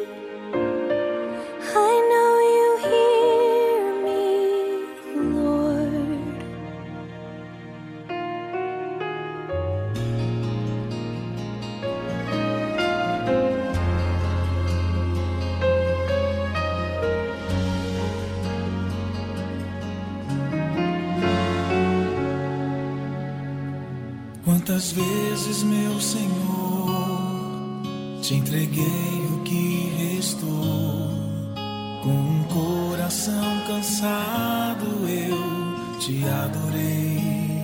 I know you hear me, Lord. Quantas vezes, meu Senhor, te entreguei o que restou. Com um coração cansado eu te adorei.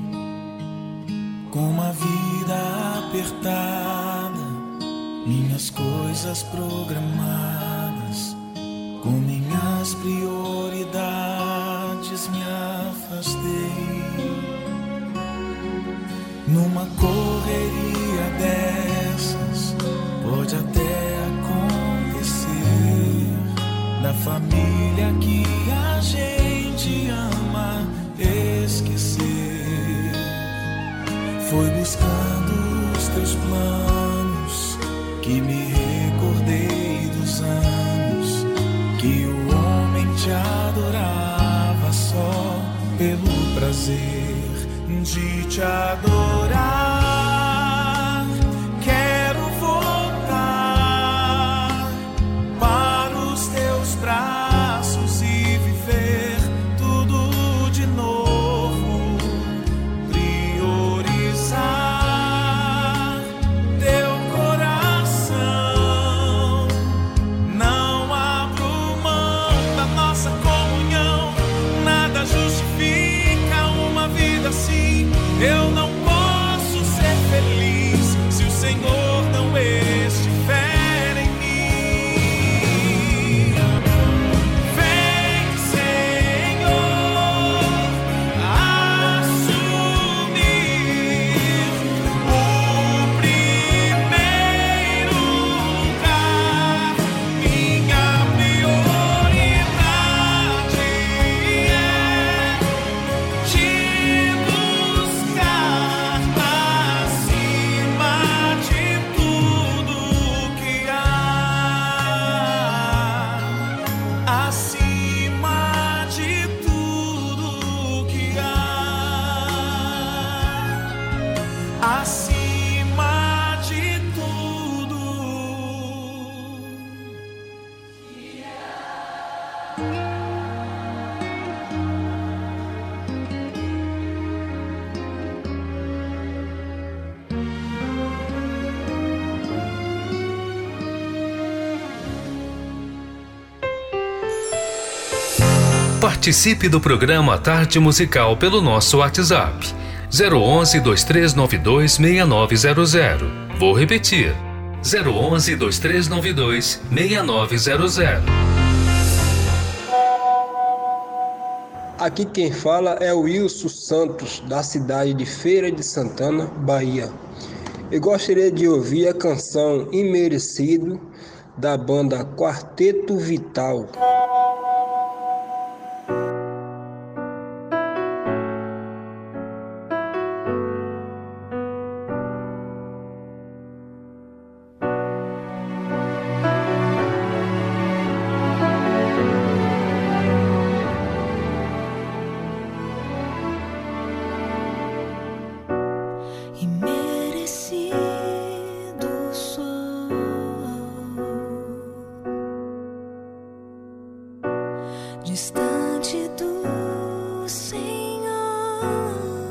Com uma vida apertada, minhas coisas programadas, com minhas prioridades me afastei. Numa correria dessas, pode até acontecer da família que a gente ama esquecer. Foi buscando os teus planos que me recordei dos anos que o homem te adorava só pelo prazer de te adorar. Quero voltar para os teus braços e viver tudo de novo. Priorizar teu coração. Não abro mão da nossa comunhão. Nada justifica uma vida assim. Eu não posso ser feliz se o Senhor não estiver em mim. Vem, Senhor, assumir o primeiro lugar. Minha prioridade é te buscar. Participe do programa Tarde Musical pelo nosso WhatsApp 011 2392 6900. Vou repetir: 011 2392 6900. Aqui quem fala é o Wilson Santos, da cidade de Feira de Santana, Bahia. Eu gostaria de ouvir a canção Imerecido, da banda Quarteto Vital. Distante do Senhor,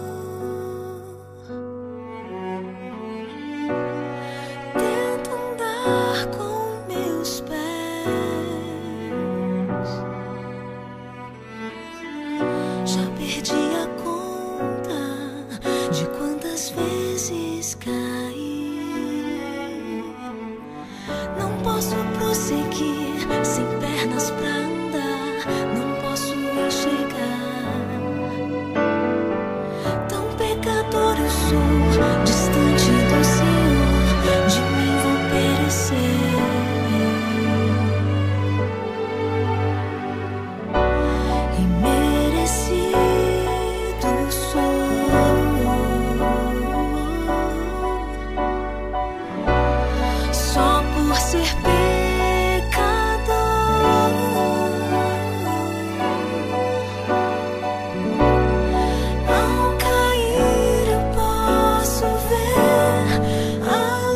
tento andar com meus pés, já perdi a conta de quantas vezes caí. Não posso prosseguir sem pernas pra andar, não posso enxergar. Tão pecador eu sou, distante do Senhor, de mim vou perecer. Imerecido sou, só por ser pecador. Ao cair eu posso ver a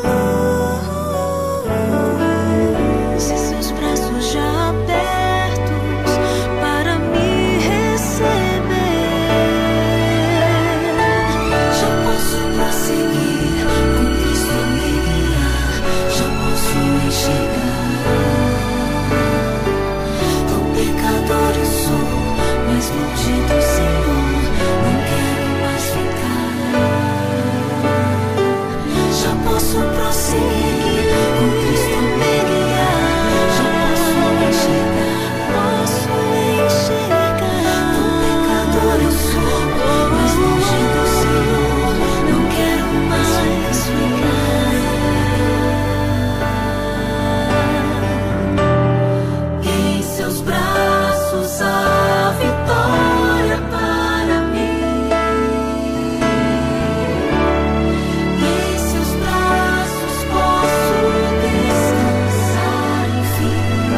luz e seus braços já abertos para me receber. Já posso prosseguir com Cristo a me guiar, já posso enxergar. Tão pecador eu sou, mas longe do Senhor não quero mais ficar. Já posso prosseguir com Cristo a me guiar, já posso enxergar. Tão pecador eu sou, mas longe do Senhor não quero mais ficar. Em seus braços a vitória para mim. Em seus braços posso descansar, enfim.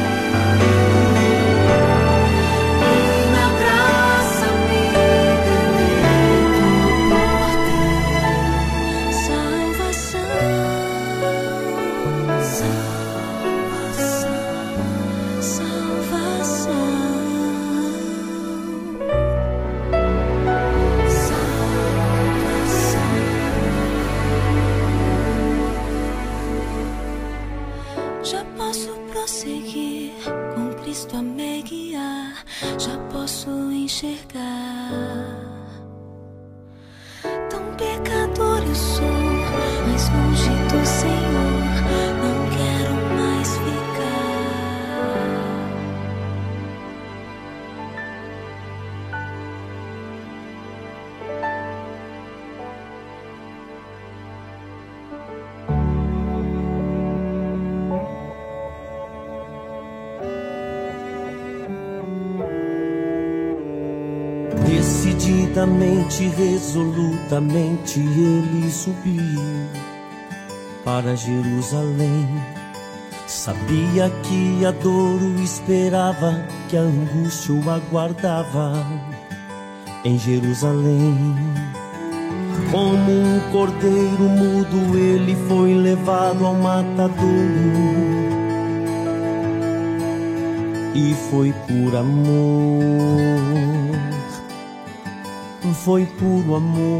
E na graça me deleito por ter salvação, salvação, salvação, salvação. Já posso prosseguir com Cristo a me guiar, já posso enxergar. Tão pecador eu sou, mas longe do Senhor não quero mais ficar. Decididamente, resolutamente, ele subiu para Jerusalém. Sabia que a dor o esperava, que a angústia o aguardava em Jerusalém. Como um cordeiro mudo, ele foi levado ao matadouro. E foi por amor, foi puro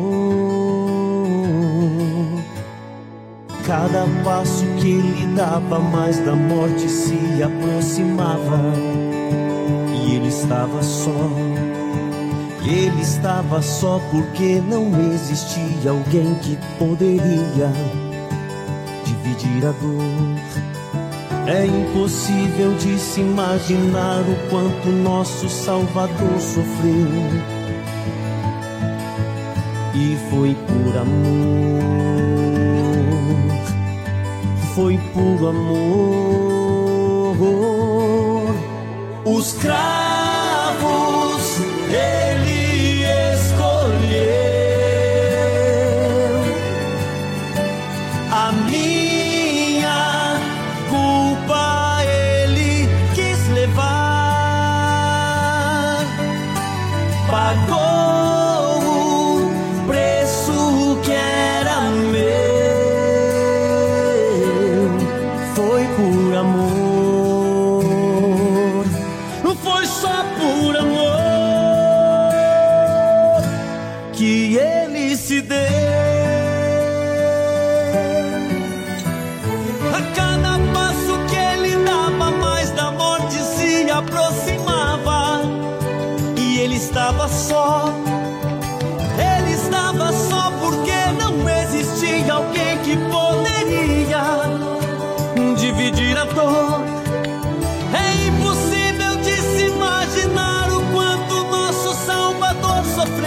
amor. Cada passo que ele dava, mais da morte se aproximava. E e ele estava só. Ele estava só porque não existia alguém que poderia dividir a dor. É impossível de se imaginar o quanto nosso Salvador sofreu. E foi por amor, foi por amor. Os cravos ele escolheu, a minha culpa ele quis levar, pagou o preço que era meu, foi por amor, não foi só por amor que ele se deu. A cada passo que ele dava, mais da morte se aproximava. E ele estava só, ele estava só porque não existia alguém que poderia dividir a dor. É impossível de se imaginar o quanto nosso Salvador sofreu.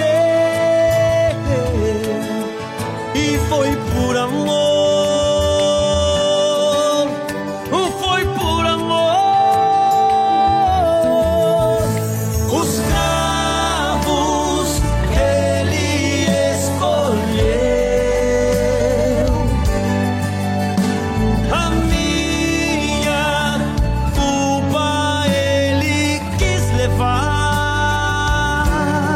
E foi por amor, foi por amor. Os cravos ele escolheu, a minha culpa ele quis levar,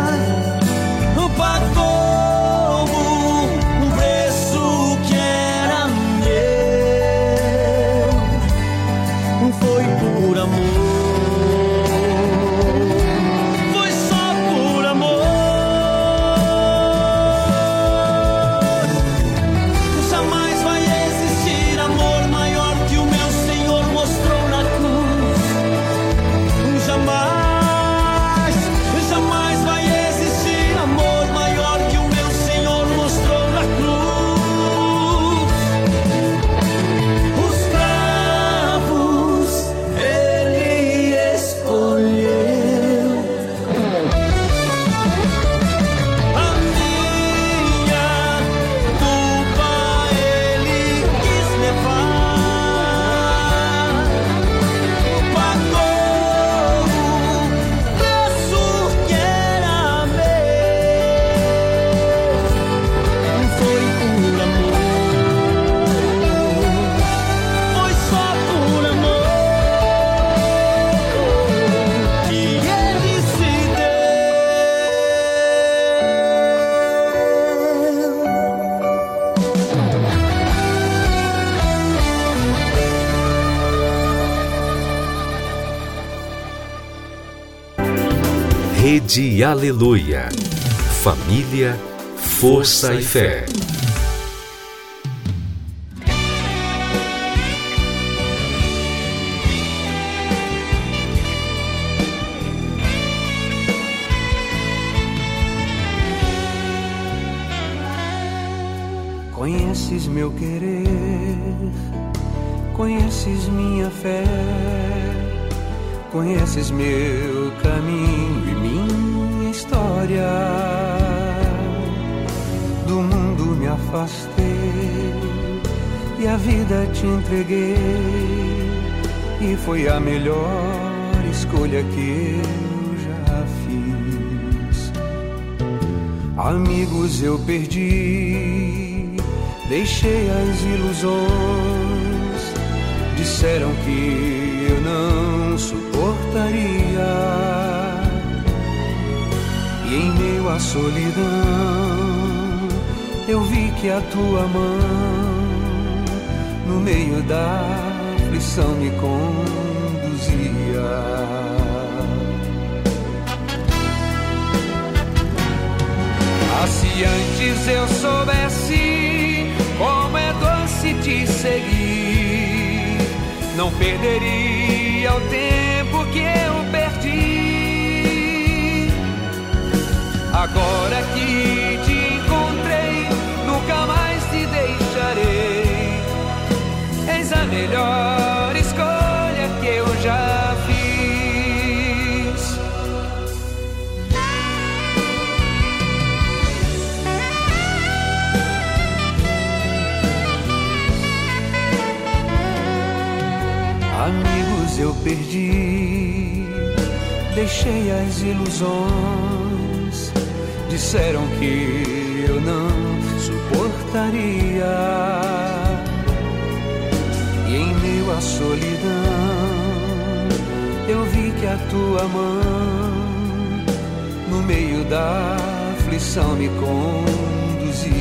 pagou um preço que era meu, foi por amor, foi só por amor. Jamais vai existir amor maior que o meu Senhor mostrou na cruz. Jamais, jamais vai existir amor maior que o meu Senhor mostrou na cruz. Os cravos ele escolheu, a minha culpa ele quis levar, pagou o preço que era meu, foi por amor, foi só por amor que ele se Rede Aleluia. Família, força e fé. Conheces meu querer, conheces minha fé, conheces meu caminho e minha história. Do mundo me afastei e a vida te entreguei, e foi a melhor escolha que eu já fiz. Amigos eu perdi, deixei as ilusões, disseram que eu não suportaria, e em meio à solidão eu vi que a tua mão no meio da aflição me conduzia. Ah, se antes eu soubesse como é doce te seguir, não perderia o tempo que eu perdi. Agora que te encontrei, nunca mais te deixarei. És a melhor escolha que eu já fiz. Amigos eu perdi, deixei as ilusões. Disseram que eu não suportaria. E em meio à solidão, eu vi que a tua mão, no meio da aflição, me conduzia.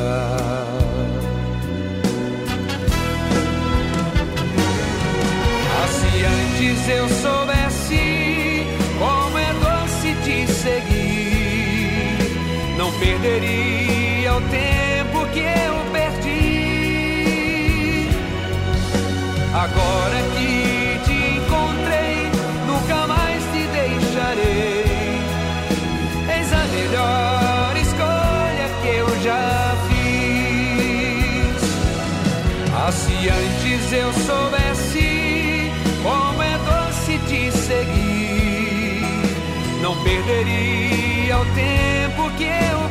Se antes eu soubesse como é doce te seguir, não perderia o tempo que eu perdi. Agora que te encontrei, nunca mais te deixarei. És a melhor escolha que eu já fiz. Ah, se antes eu soubesse como é doce te seguir, não perderia o tempo que eu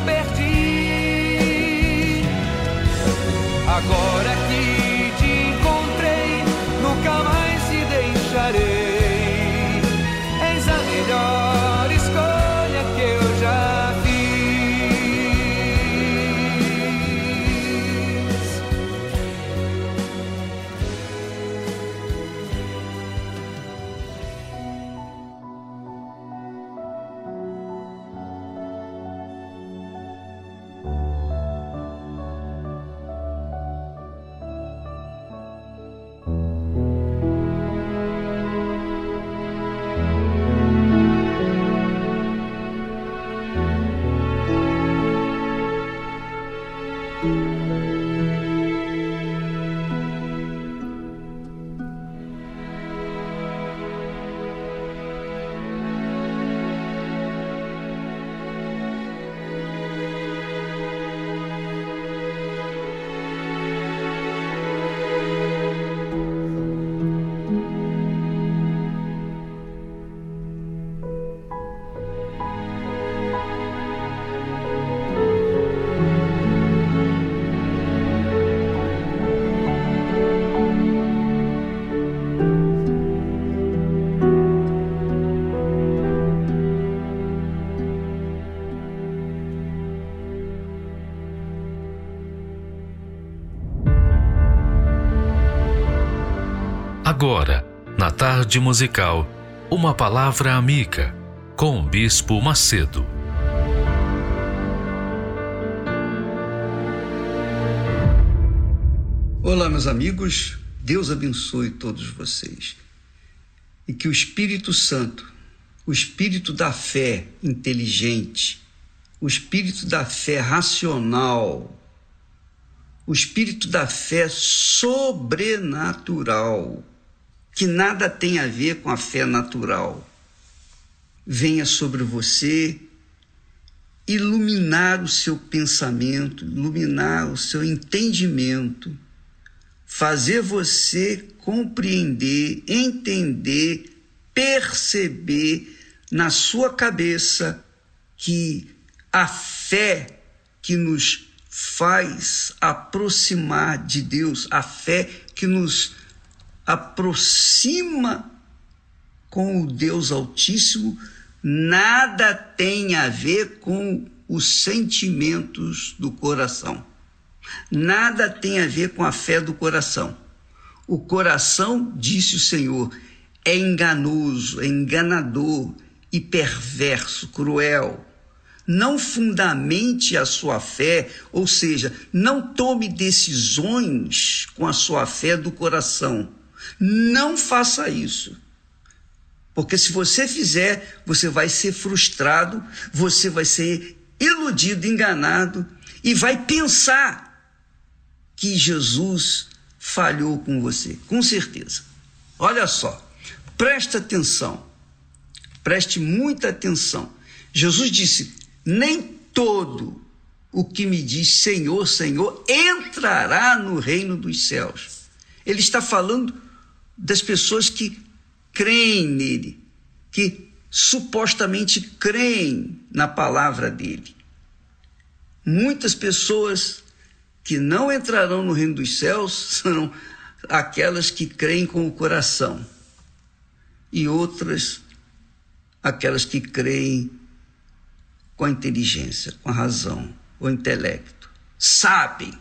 perdi. Agora que te encontrei, nunca mais te deixarei. És a melhor escolha que eu já fiz. Agora, na tarde musical, uma palavra amiga, com o Bispo Macedo. Olá, meus amigos, Deus abençoe todos vocês. E que o Espírito Santo, o Espírito da fé inteligente, o Espírito da fé racional, o Espírito da fé sobrenatural, que nada tem a ver com a fé natural, venha sobre você iluminar o seu pensamento, iluminar o seu entendimento, fazer você compreender, entender, perceber na sua cabeça que a fé que nos faz aproximar de Deus, a fé que nos aproxima com o Deus Altíssimo, nada tem a ver com os sentimentos do coração. Nada tem a ver com a fé do coração. O coração, disse o Senhor, é enganoso, é enganador e perverso, cruel. Não fundamente a sua fé, ou seja, não tome decisões com a sua fé do coração. Não faça isso. Porque se você fizer, você vai ser frustrado, você vai ser iludido, enganado e vai pensar que Jesus falhou com você, com certeza. Olha só, presta atenção, preste muita atenção. Jesus disse, nem todo o que me diz Senhor, Senhor, entrará no reino dos céus. Ele está falando das pessoas que creem nele, que supostamente creem na palavra dele. Muitas pessoas que não entrarão no reino dos céus serão aquelas que creem com o coração, e outras aquelas que creem com a inteligência, com a razão, com o intelecto. Sabem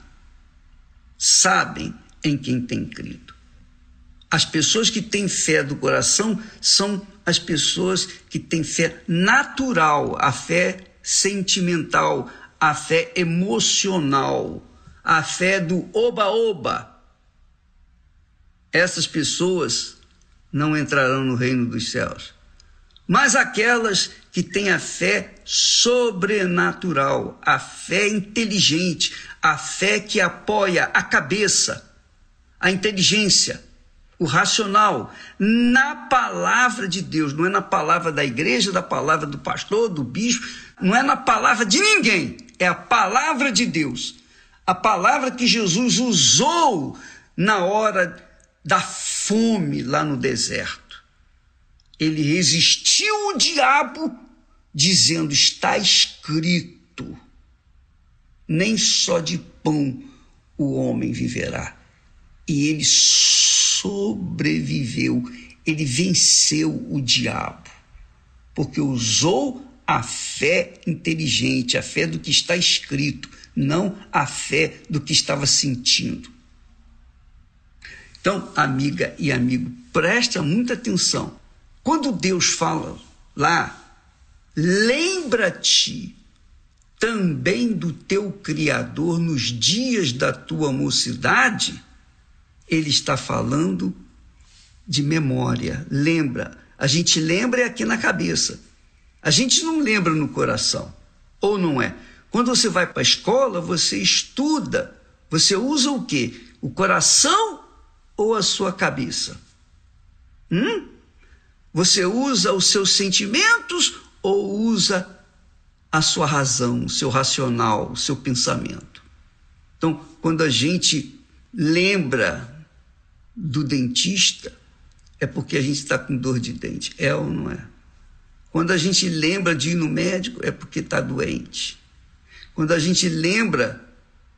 em quem tem crido. As pessoas que têm fé do coração são as pessoas que têm fé natural, a fé sentimental, a fé emocional, a fé do oba-oba. Essas pessoas não entrarão no reino dos céus. Mas aquelas que têm a fé sobrenatural, a fé inteligente, a fé que apoia a cabeça, a inteligência, o racional, na palavra de Deus, não é na palavra da igreja, da palavra do pastor, do bispo, não é na palavra de ninguém, é a palavra de Deus. A palavra que Jesus usou na hora da fome lá no deserto. Ele resistiu ao diabo, dizendo: está escrito, nem só de pão o homem viverá. E ele sobreviveu, ele venceu o diabo, porque usou a fé inteligente, a fé do que está escrito, não a fé do que estava sentindo. Então, amiga e amigo, presta muita atenção. Quando Deus fala lá, lembra-te também do teu Criador nos dias da tua mocidade, ele está falando de memória. Lembra, a gente lembra aqui na cabeça, a gente não lembra no coração, ou não é? Quando você vai para a escola, você estuda, você usa o quê? O coração ou a sua cabeça? Você usa os seus sentimentos ou usa a sua razão, o seu racional, o seu pensamento? Então, quando a gente lembra do dentista, é porque a gente está com dor de dente, é ou não é? Quando a gente lembra de ir no médico, é porque está doente. Quando a gente lembra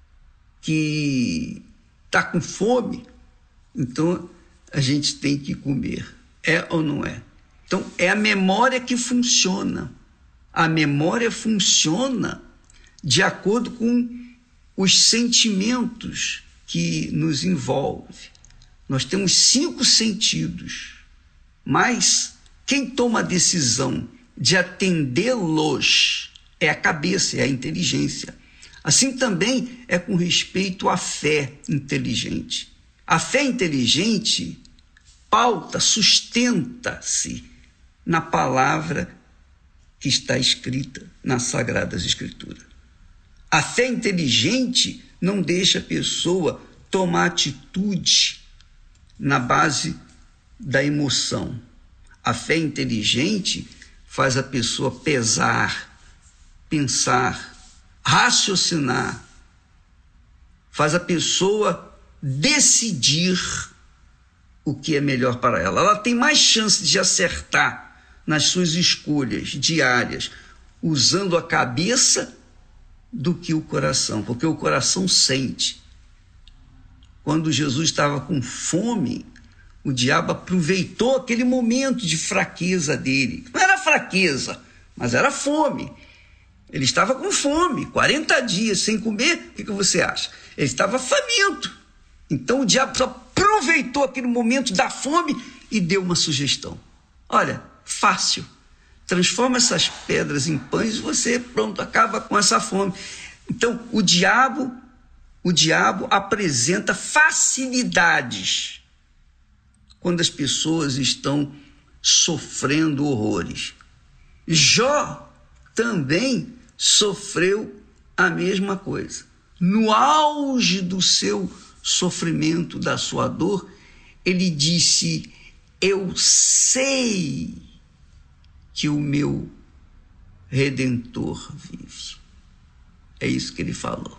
que está com fome, então a gente tem que comer, é ou não é? Então é a memória que funciona. A memória funciona de acordo com os sentimentos que nos envolvem. Nós temos 5 sentidos, mas quem toma a decisão de atendê-los é a cabeça, é a inteligência. Assim também é com respeito à fé inteligente. A fé inteligente sustenta-se na palavra que está escrita nas Sagradas Escrituras. A fé inteligente não deixa a pessoa tomar atitude na base da emoção. A fé inteligente faz a pessoa pesar, pensar, raciocinar, faz a pessoa decidir o que é melhor para ela. Ela tem mais chance de acertar nas suas escolhas diárias usando a cabeça do que o coração, porque o coração sente. Quando Jesus estava com fome, o diabo aproveitou aquele momento de fraqueza dele. Não era fraqueza, mas era fome. Ele estava com fome, 40 dias sem comer. O que você acha? Ele estava faminto. Então o diabo só aproveitou aquele momento da fome e deu uma sugestão. Olha, fácil. Transforma essas pedras em pães e você, pronto, acaba com essa fome. Então o diabo apresenta facilidades quando as pessoas estão sofrendo horrores. Jó também sofreu a mesma coisa. No auge do seu sofrimento, da sua dor, ele disse: eu sei que o meu Redentor vive. É isso que ele falou.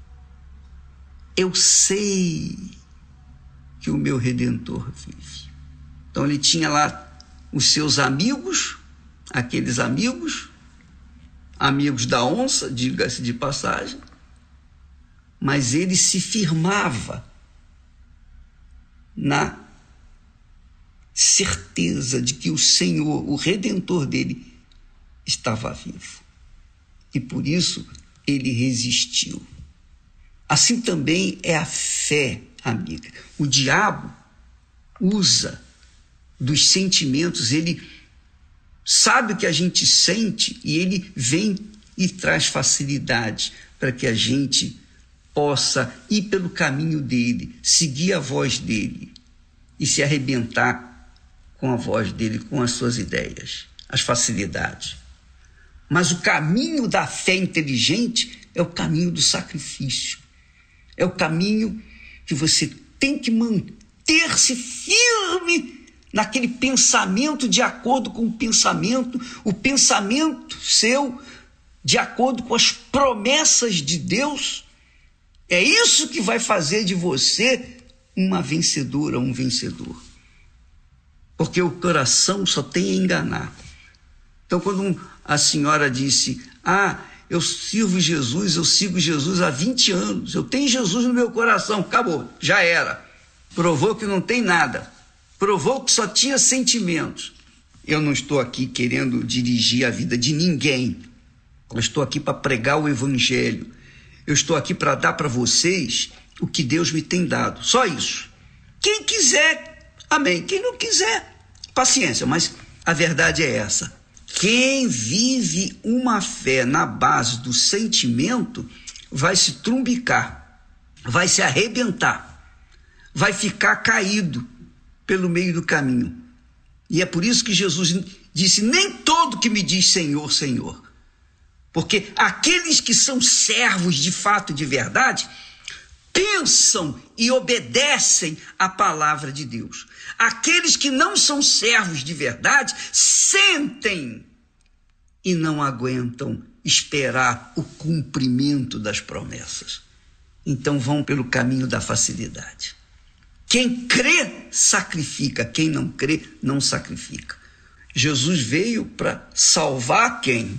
Eu sei que o meu Redentor vive. Então ele tinha lá os seus amigos, aqueles amigos da onça, diga-se de passagem, mas ele se firmava na certeza de que o Senhor, o Redentor dele, estava vivo. E por isso ele resistiu. Assim também é a fé, amiga. O diabo usa dos sentimentos, ele sabe o que a gente sente e ele vem e traz facilidade para que a gente possa ir pelo caminho dele, seguir a voz dele e se arrebentar com a voz dele, com as suas ideias, as facilidades. Mas o caminho da fé inteligente é o caminho do sacrifício. É o caminho que você tem que manter-se firme naquele pensamento de acordo com o pensamento seu de acordo com as promessas de Deus. É isso que vai fazer de você uma vencedora, um vencedor. Porque o coração só tem a enganar. Então, quando a senhora disse, eu sigo Jesus há 20 anos, eu tenho Jesus no meu coração, acabou, já era. Provou que não tem nada, provou que só tinha sentimentos. Eu não estou aqui querendo dirigir a vida de ninguém, eu estou aqui para pregar o evangelho, eu estou aqui para dar para vocês o que Deus me tem dado, só isso. Quem quiser, amém, quem não quiser, paciência, mas a verdade é essa. Quem vive uma fé na base do sentimento vai se trumbicar, vai se arrebentar, vai ficar caído pelo meio do caminho. E é por isso que Jesus disse, nem todo que me diz Senhor, Senhor. Porque aqueles que são servos de fato e de verdade, pensam e obedecem à palavra de Deus. Aqueles que não são servos de verdade, sentem e não aguentam esperar o cumprimento das promessas. Então vão pelo caminho da facilidade. Quem crê, sacrifica. Quem não crê, não sacrifica. Jesus veio para salvar quem?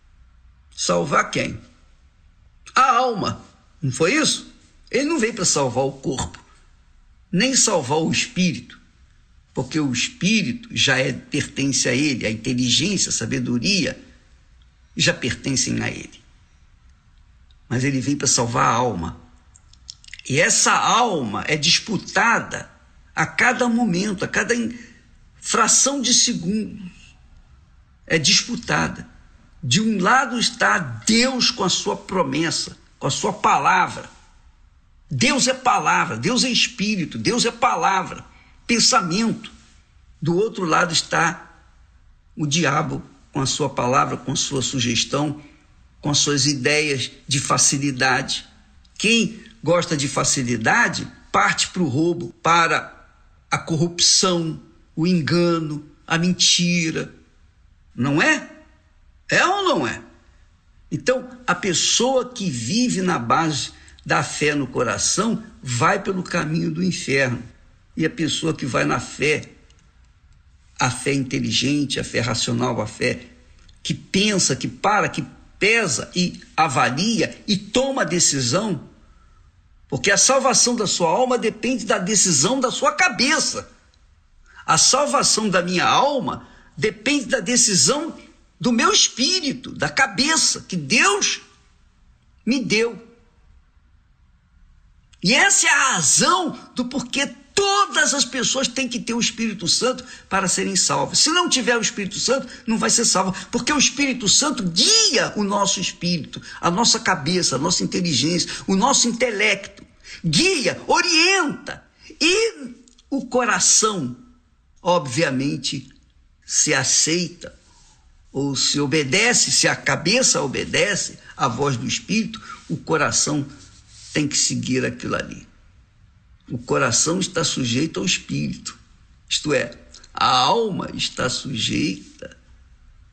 Salvar quem? A alma. Não foi isso? Ele não veio para salvar o corpo, nem salvar o espírito, porque o espírito já pertence a ele, a inteligência, a sabedoria já pertencem a ele. Mas ele veio para salvar a alma. E essa alma é disputada a cada momento, a cada fração de segundos. É disputada. De um lado está Deus com a sua promessa, com a sua palavra. Deus é palavra, Deus é espírito, Deus é palavra, pensamento. Do outro lado está o diabo com a sua palavra, com a sua sugestão, com as suas ideias de facilidade. Quem gosta de facilidade parte para o roubo, para a corrupção, o engano, a mentira. Não é? É ou não é? Então, a pessoa que vive na base da fé no coração vai pelo caminho do inferno. E a pessoa que vai na fé, a fé inteligente, a fé racional, a fé que pensa, que para, que pesa e avalia e toma decisão, porque a salvação da sua alma depende da decisão da sua cabeça. A salvação da minha alma depende da decisão do meu espírito, da cabeça que Deus me deu. E essa é a razão do porquê todas as pessoas têm que ter o Espírito Santo para serem salvas. Se não tiver o Espírito Santo, não vai ser salvo, porque o Espírito Santo guia o nosso espírito, a nossa cabeça, a nossa inteligência, o nosso intelecto. Guia, orienta. E o coração, obviamente, se aceita ou se obedece, se a cabeça obedece à voz do Espírito, o coração tem que seguir aquilo ali. O coração está sujeito ao espírito, isto é, a alma está sujeita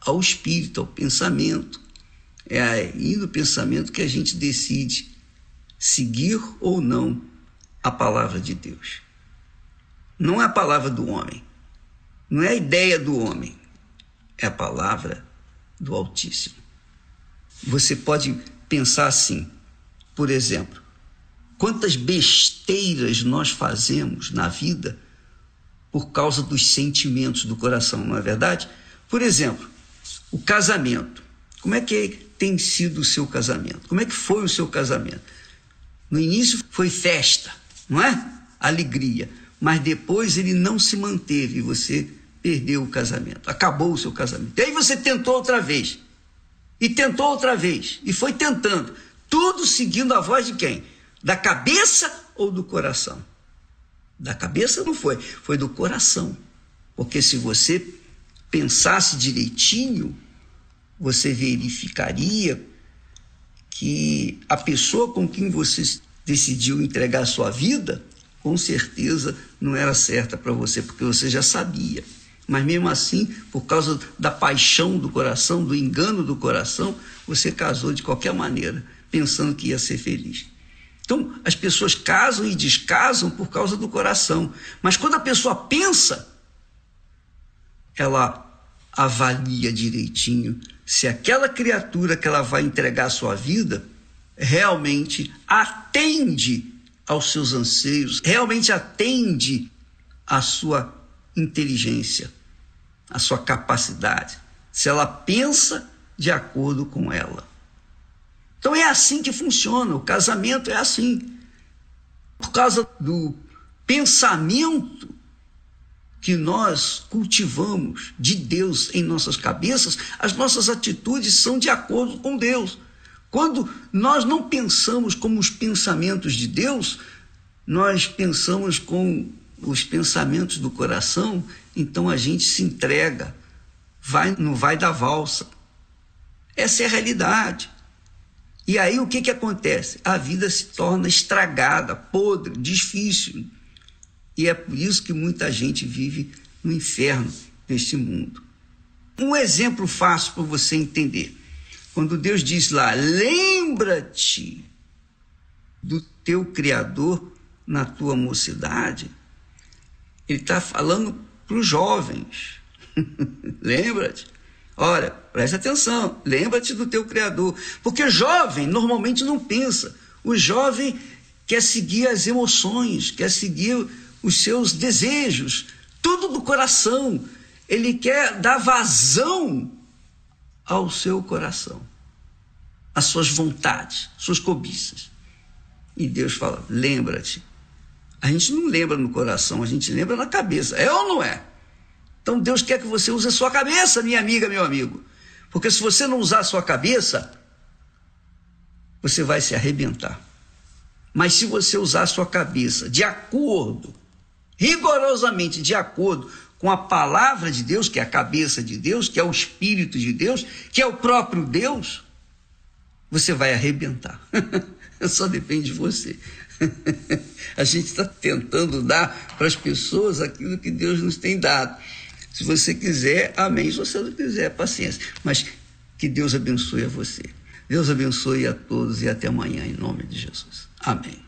ao espírito, ao pensamento. É aí no pensamento que a gente decide seguir ou não a palavra de Deus. Não é a palavra do homem, não é a ideia do homem, é a palavra do Altíssimo. Você pode pensar assim, por exemplo, quantas besteiras nós fazemos na vida por causa dos sentimentos do coração, não é verdade? Por exemplo, o casamento. Como é que tem sido o seu casamento? Como é que foi o seu casamento? No início foi festa, não é? Alegria. Mas depois ele não se manteve e você perdeu o casamento. Acabou o seu casamento. E aí você tentou outra vez. E tentou outra vez. E foi tentando. Tudo seguindo a voz de quem? Da cabeça ou do coração? Da cabeça não foi. Foi do coração. Porque se você pensasse direitinho, você verificaria que a pessoa com quem você decidiu entregar a sua vida, com certeza não era certa para você, porque você já sabia. Mas mesmo assim, por causa da paixão do coração, do engano do coração, você casou de qualquer maneira, pensando que ia ser feliz. Então, as pessoas casam e descasam por causa do coração. Mas quando a pessoa pensa, ela avalia direitinho se aquela criatura que ela vai entregar a sua vida realmente atende aos seus anseios, realmente atende à sua inteligência, à sua capacidade, se ela pensa de acordo com ela. Então é assim que funciona, o casamento é assim. Por causa do pensamento que nós cultivamos de Deus em nossas cabeças, as nossas atitudes são de acordo com Deus. Quando nós não pensamos como os pensamentos de Deus, nós pensamos com os pensamentos do coração, então a gente se entrega, não vai dar valsa. Essa é a realidade. E aí o que acontece? A vida se torna estragada, podre, difícil. E é por isso que muita gente vive no inferno deste mundo. Um exemplo fácil para você entender. Quando Deus diz lá, lembra-te do teu Criador na tua mocidade, ele está falando para os jovens. Lembra-te. Olha, presta atenção, lembra-te do teu Criador. Porque jovem normalmente não pensa. O jovem quer seguir as emoções, quer seguir os seus desejos, tudo do coração. Ele quer dar vazão ao seu coração, às suas vontades, suas cobiças. E Deus fala, lembra-te. A gente não lembra no coração, a gente lembra na cabeça. É ou não é? Então Deus quer que você use a sua cabeça, minha amiga, meu amigo. Porque se você não usar a sua cabeça, você vai se arrebentar. Mas se você usar a sua cabeça de acordo, rigorosamente de acordo com a palavra de Deus, que é a cabeça de Deus, que é o Espírito de Deus, que é o próprio Deus, você vai arrebentar. Só depende de você. A gente está tentando dar para as pessoas aquilo que Deus nos tem dado. Se você quiser, amém. Se você não quiser, paciência. Mas que Deus abençoe a você. Deus abençoe a todos e até amanhã, em nome de Jesus. Amém.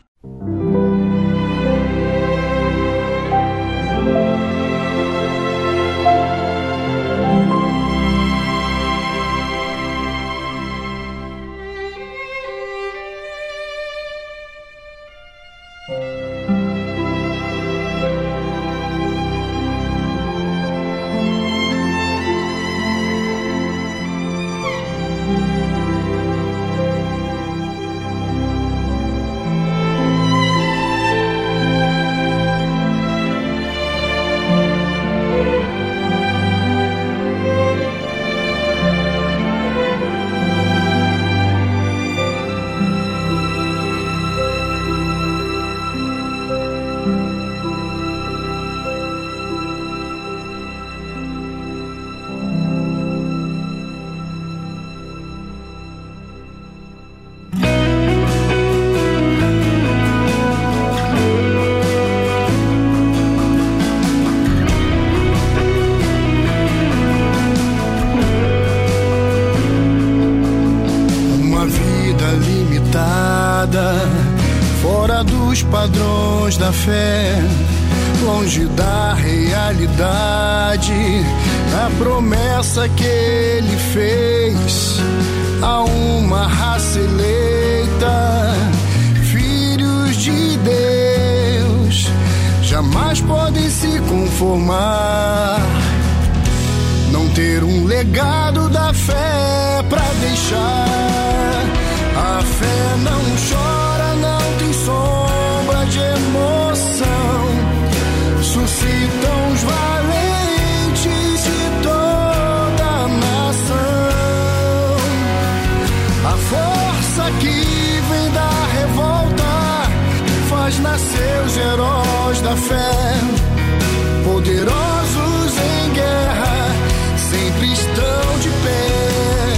nada fora dos padrões da fé, longe da realidade, a promessa que ele fez a uma raça eleita, filhos de Deus, jamais podem se conformar, não ter um legado da fé pra deixar. A fé não chora, não tem sombra de emoção, suscitam os valentes de toda a nação. A força que vem da revolta faz nascer os heróis da fé, poderosos em guerra, sempre estão de pé,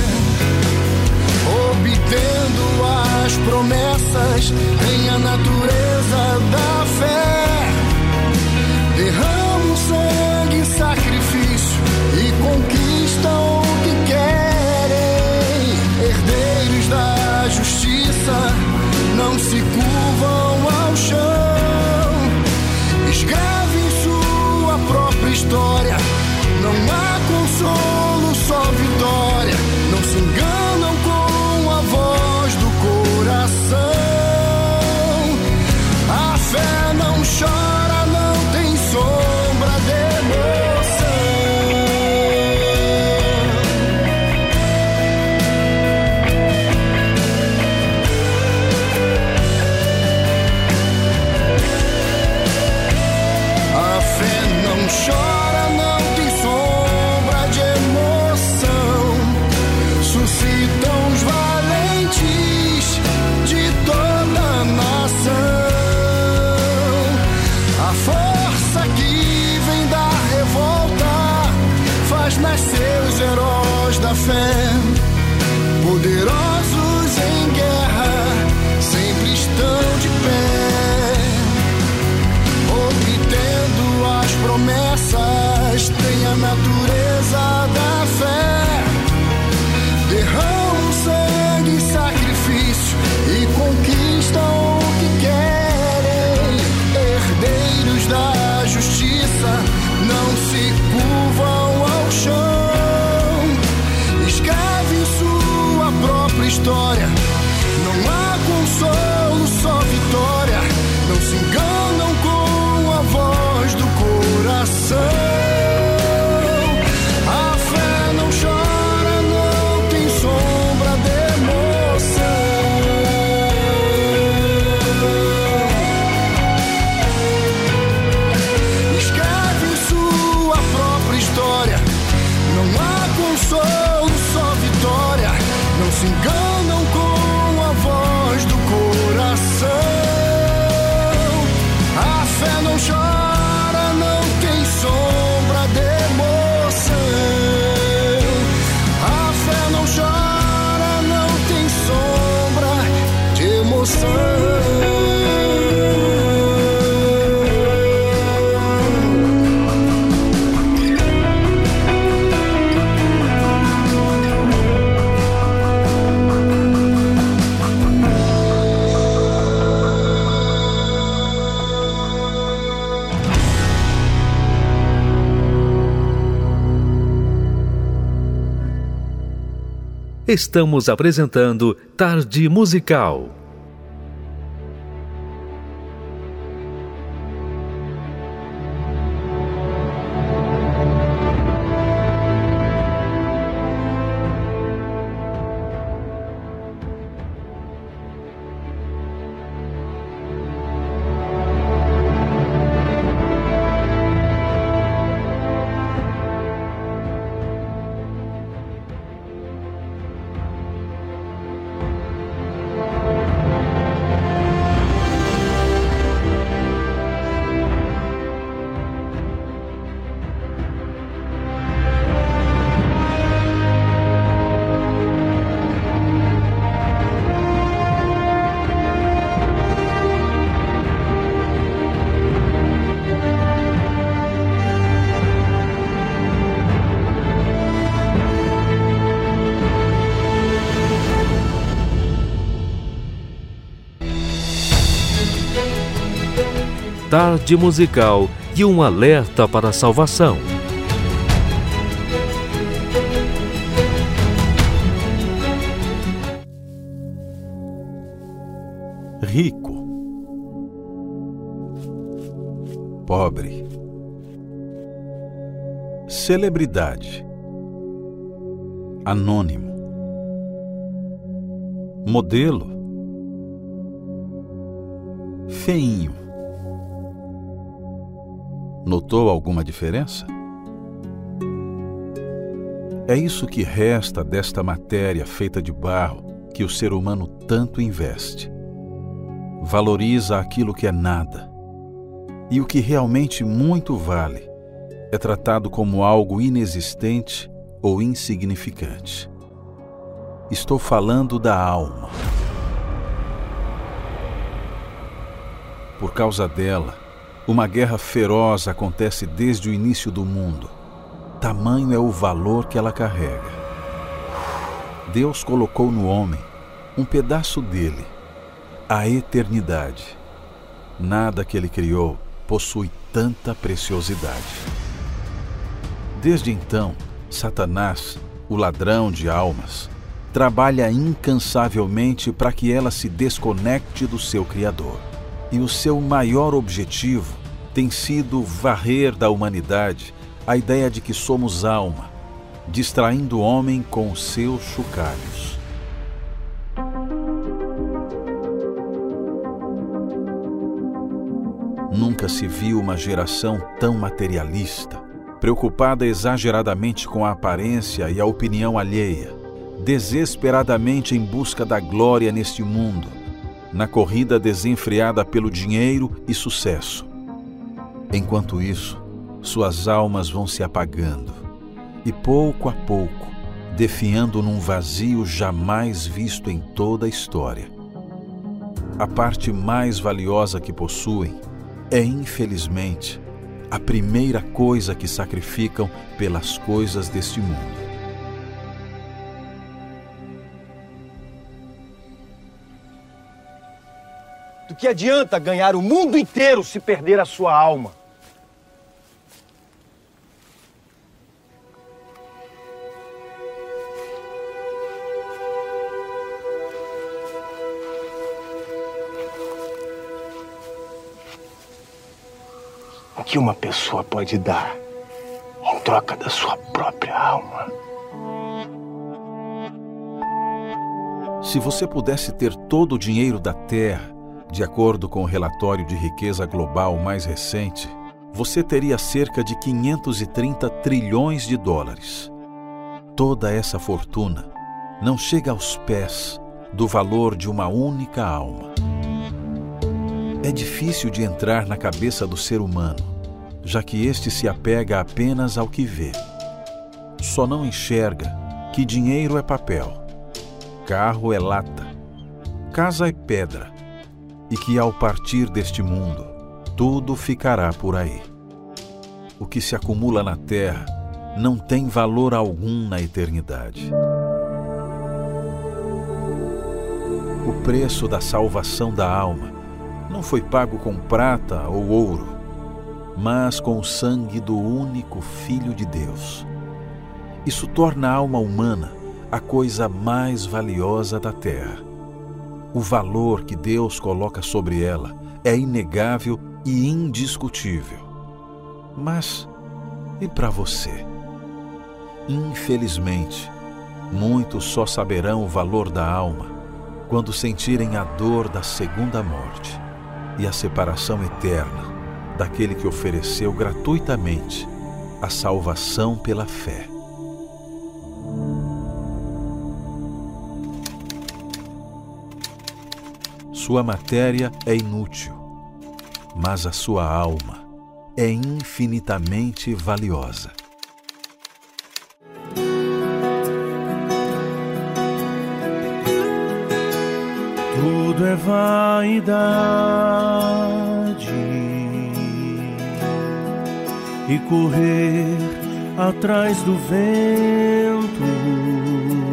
obtendo as promessas em a natureza da fé. Derramam sangue em sacrifício e conquistam o que querem. Herdeiros da justiça não se curvam ao chão. Escrevem sua própria história. Não há consolo, só vitória. Não se enganam com a voz do coração. A fé não chora, não tem sombra de emoção. A fé não chora, não tem sombra de emoção. Suscitam os valentes de toda a nação. A força que vem da revolta faz nascer os heróis da fé, poderosos em guerra, sempre estão de pé, obtendo as promessas, tem a natureza da fé. Derramam sangue em sacrifício e conquistam o que querem. Herdeiros da justiça não se curvam ao chão. Escrevem sua própria história. Não há consolo, só vitória. Não se enganam com a voz do coração. A fé não chora, não tem sombra de emoção. Escreve sua própria história. Não há consolo, só vitória. Não se enganam com a voz do coração. A fé não chora, não tem sombra de emoção. A fé não chora, não tem sombra de emoção. Estamos apresentando Tarde Musical. Tarde Musical e um alerta para a salvação. Rico, pobre, celebridade, anônimo, modelo, feinho. Notou alguma diferença? É isso que resta desta matéria feita de barro que o ser humano tanto investe. Valoriza aquilo que é nada, e o que realmente muito vale é tratado como algo inexistente ou insignificante. Estou falando da alma. Por causa dela, uma guerra feroz acontece desde o início do mundo. Tamanho é o valor que ela carrega. Deus colocou no homem um pedaço dele, a eternidade. Nada que ele criou possui tanta preciosidade. Desde então, Satanás, o ladrão de almas, trabalha incansavelmente para que ela se desconecte do seu Criador. E o seu maior objetivo tem sido varrer da humanidade a ideia de que somos alma, distraindo o homem com os seus chocalhos. Nunca se viu uma geração tão materialista, preocupada exageradamente com a aparência e a opinião alheia, desesperadamente em busca da glória neste mundo, na corrida desenfreada pelo dinheiro e sucesso. Enquanto isso, suas almas vão se apagando e, pouco a pouco, definhando num vazio jamais visto em toda a história. A parte mais valiosa que possuem é, infelizmente, a primeira coisa que sacrificam pelas coisas deste mundo. Do que adianta ganhar o mundo inteiro se perder a sua alma? O que uma pessoa pode dar em troca da sua própria alma? Se você pudesse ter todo o dinheiro da Terra, de acordo com o relatório de riqueza global mais recente, você teria cerca de 530 trilhões de dólares. Toda essa fortuna não chega aos pés do valor de uma única alma. É difícil de entrar na cabeça do ser humano, já que este se apega apenas ao que vê. Só não enxerga que dinheiro é papel, carro é lata, casa é pedra, e que ao partir deste mundo, tudo ficará por aí. O que se acumula na terra não tem valor algum na eternidade. O preço da salvação da alma não foi pago com prata ou ouro, mas com o sangue do único Filho de Deus. Isso torna a alma humana a coisa mais valiosa da terra. O valor que Deus coloca sobre ela é inegável e indiscutível. Mas, e para você? Infelizmente, muitos só saberão o valor da alma quando sentirem a dor da segunda morte e a separação eterna daquele que ofereceu gratuitamente a salvação pela fé. Sua matéria é inútil, mas a sua alma é infinitamente valiosa. Tudo é vaidade e correr atrás do vento.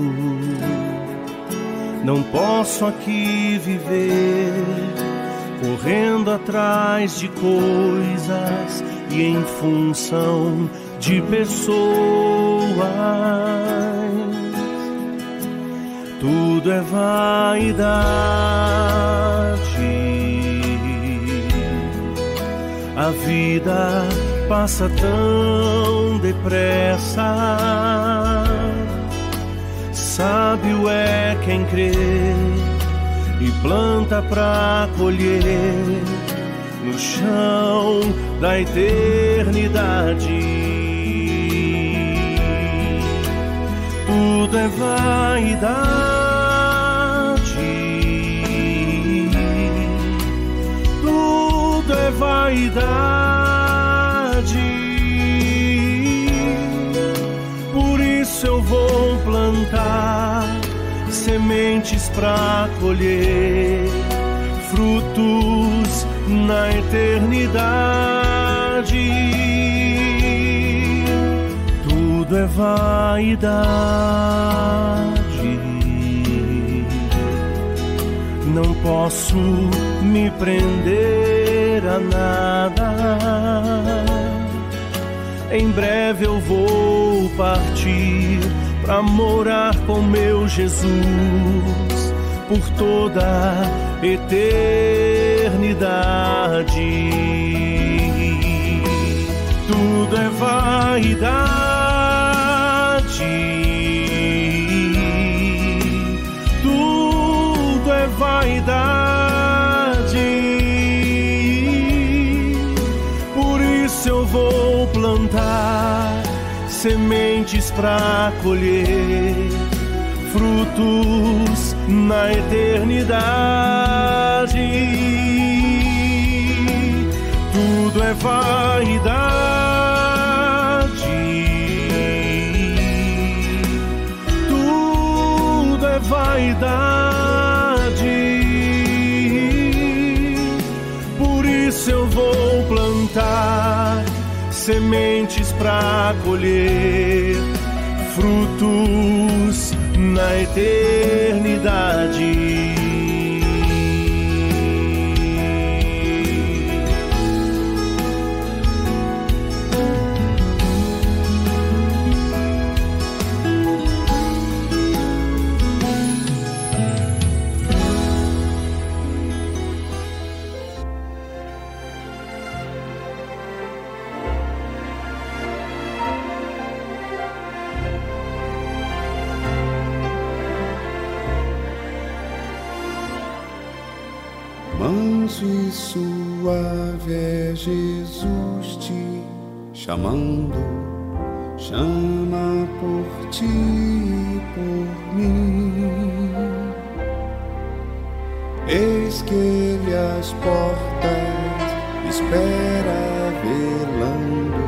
Não posso aqui viver correndo atrás de coisas e em função de pessoas. Tudo é vaidade. A vida passa tão depressa. Sábio é quem crê e planta pra colher no chão da eternidade. Tudo é vaidade. Tudo é vaidade. Por isso eu vou plantar sementes pra colher frutos na eternidade. Tudo é vaidade. Não posso me prender a nada. Em breve eu vou partir pra morar com meu Jesus por toda a eternidade. Tudo é vaidade. Tudo é vaidade. Por isso eu vou plantar sementes pra colher frutos na eternidade. Tudo é vaidade. Tudo é vaidade. Por isso eu vou plantar sementes pra colher frutos na eternidade. Manso e suave é Jesus te chamando, chama por ti e por mim. Eis que ele às portas espera velando,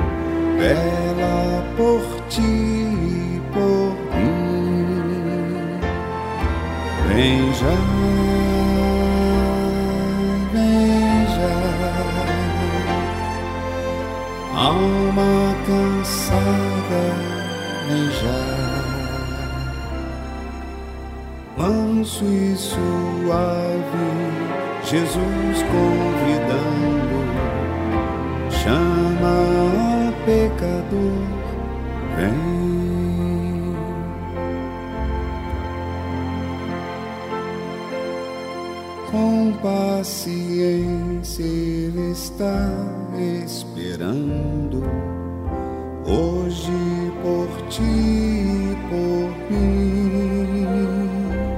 vela por ti e por mim. Vem já, alma cansada, vem já. Manso e suave, Jesus convidando, chama ao pecador, vem. Com paciência ele está esperando, hoje por ti e por mim.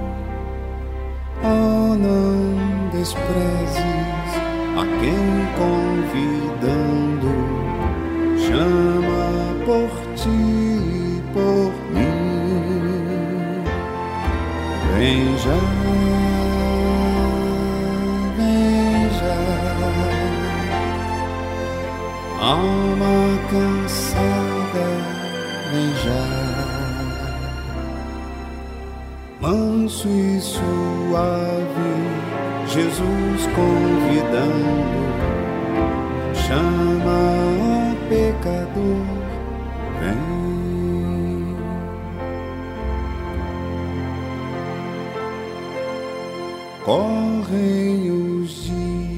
Oh, não desprezes a quem convidando, chama por ti e por mim. Vem já, alma cansada, vem já. Manso e suave, Jesus convidando, chama ao pecador, vem. Correm os dias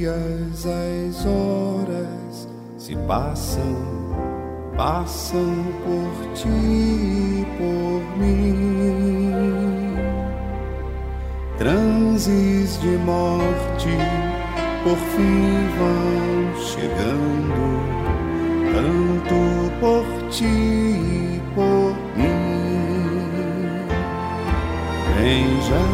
passam por ti e por mim. Transes de morte por fim vão chegando, tanto por ti e por mim. Vem já,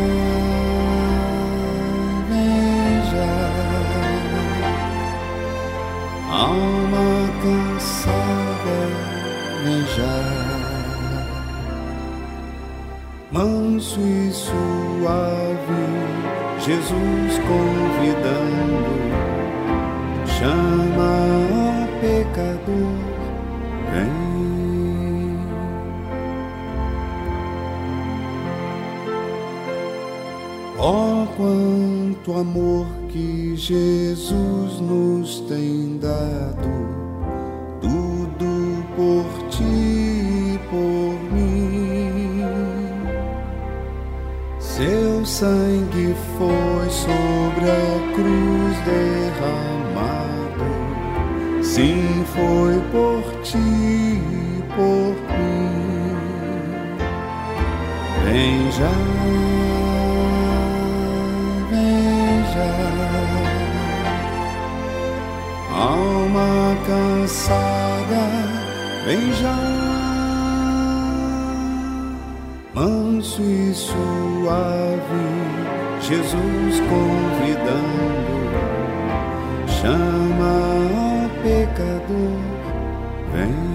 alma cansada, vem já. Manso e suave, Jesus convidando, chama a pecador, vem. Oh, quanto amor que Jesus nos tem dado, tudo por ti e por mim. Seu sangue foi sobre a cruz derramado, sim, foi por ti e por mim. Vem já, alma cansada, vem já. Manso e suave, Jesus convidando, chama a pecador, vem.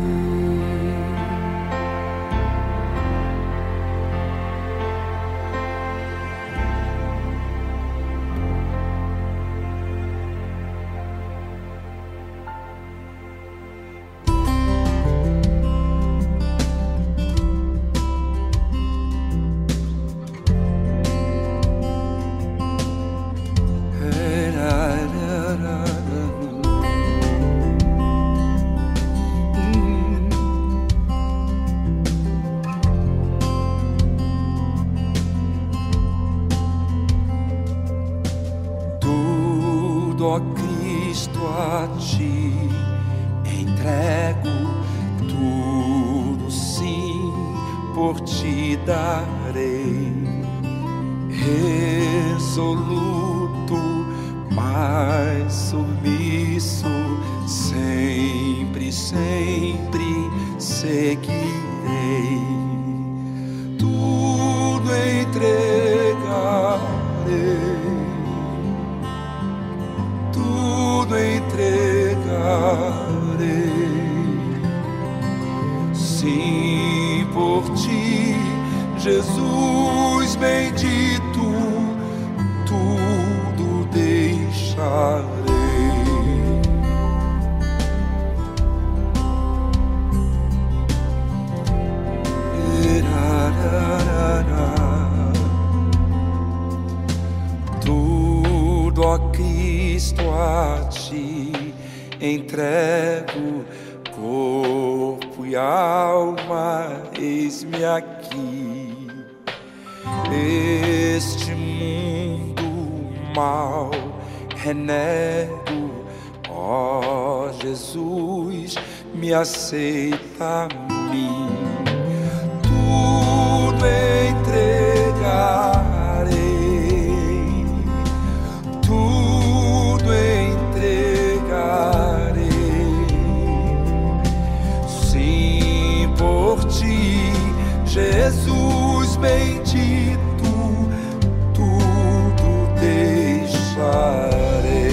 Aceita a mim, tudo entregarei, tudo entregarei, sim, por ti, Jesus bendito, tudo deixarei.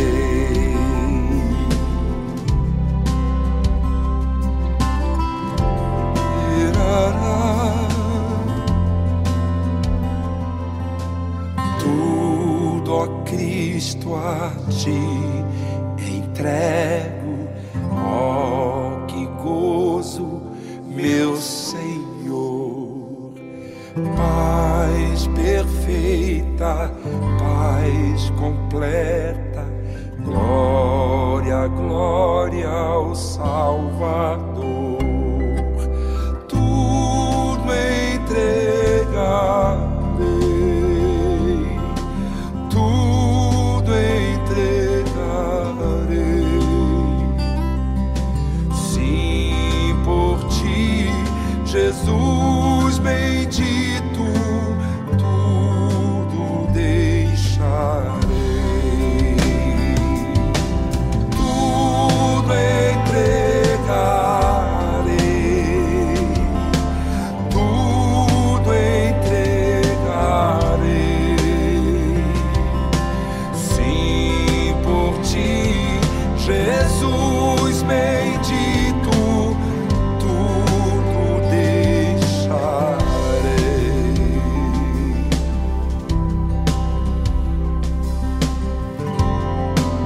Tudo, ó Cristo, a ti entrego, ó que gozo, meu Senhor. Paz perfeita, paz completa, glória, glória ao Salvador. Entregarei, tudo entregarei,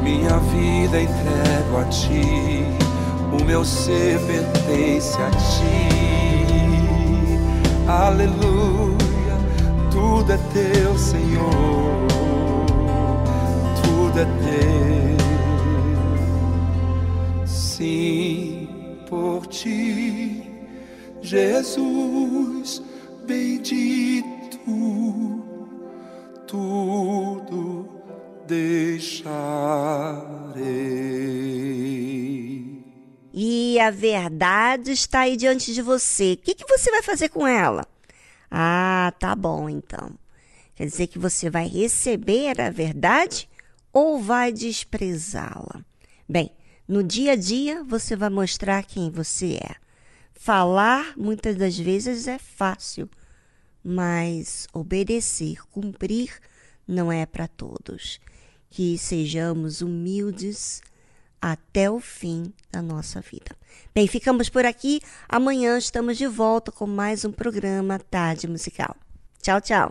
minha vida entrego a ti, o meu ser pertence a ti. Aleluia, tudo é teu, Senhor, tudo é teu. Sim, por ti, Jesus bendito, tudo deixarei. E a verdade está aí diante de você. O que você vai fazer com ela? Ah, tá bom então. Quer dizer que você vai receber a verdade ou vai desprezá-la? Bem, no dia a dia você vai mostrar quem você é. Falar muitas das vezes é fácil, mas obedecer, cumprir, não é para todos. Que sejamos humildes até o fim da nossa vida. Bem, ficamos por aqui. Amanhã estamos de volta com mais um programa Tarde Musical. Tchau, tchau.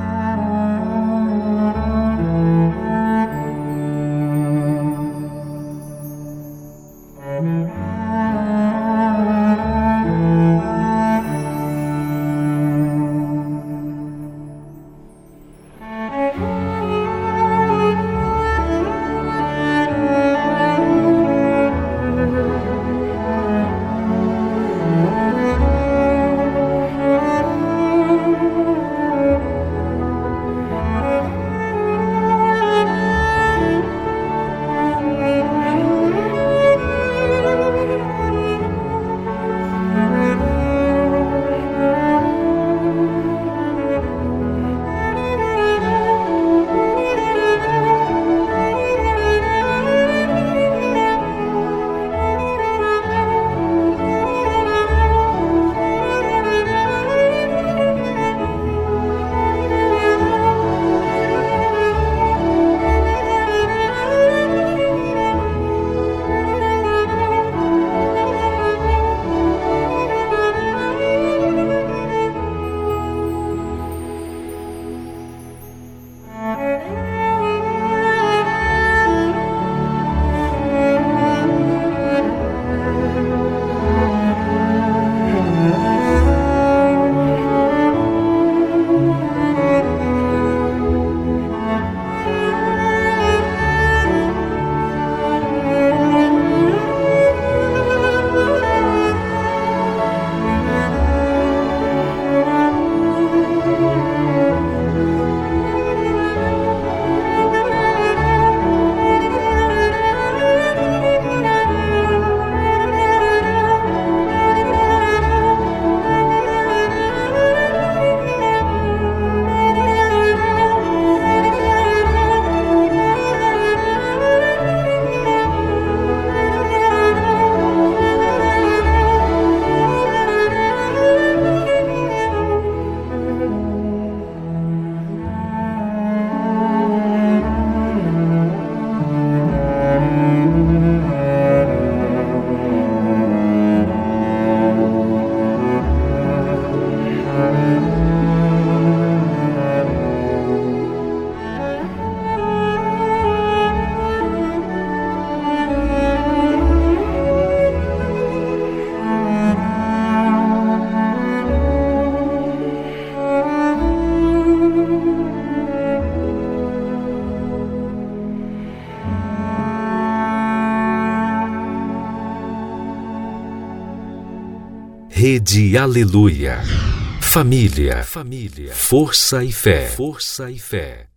Rede Aleluia. Família, força e fé.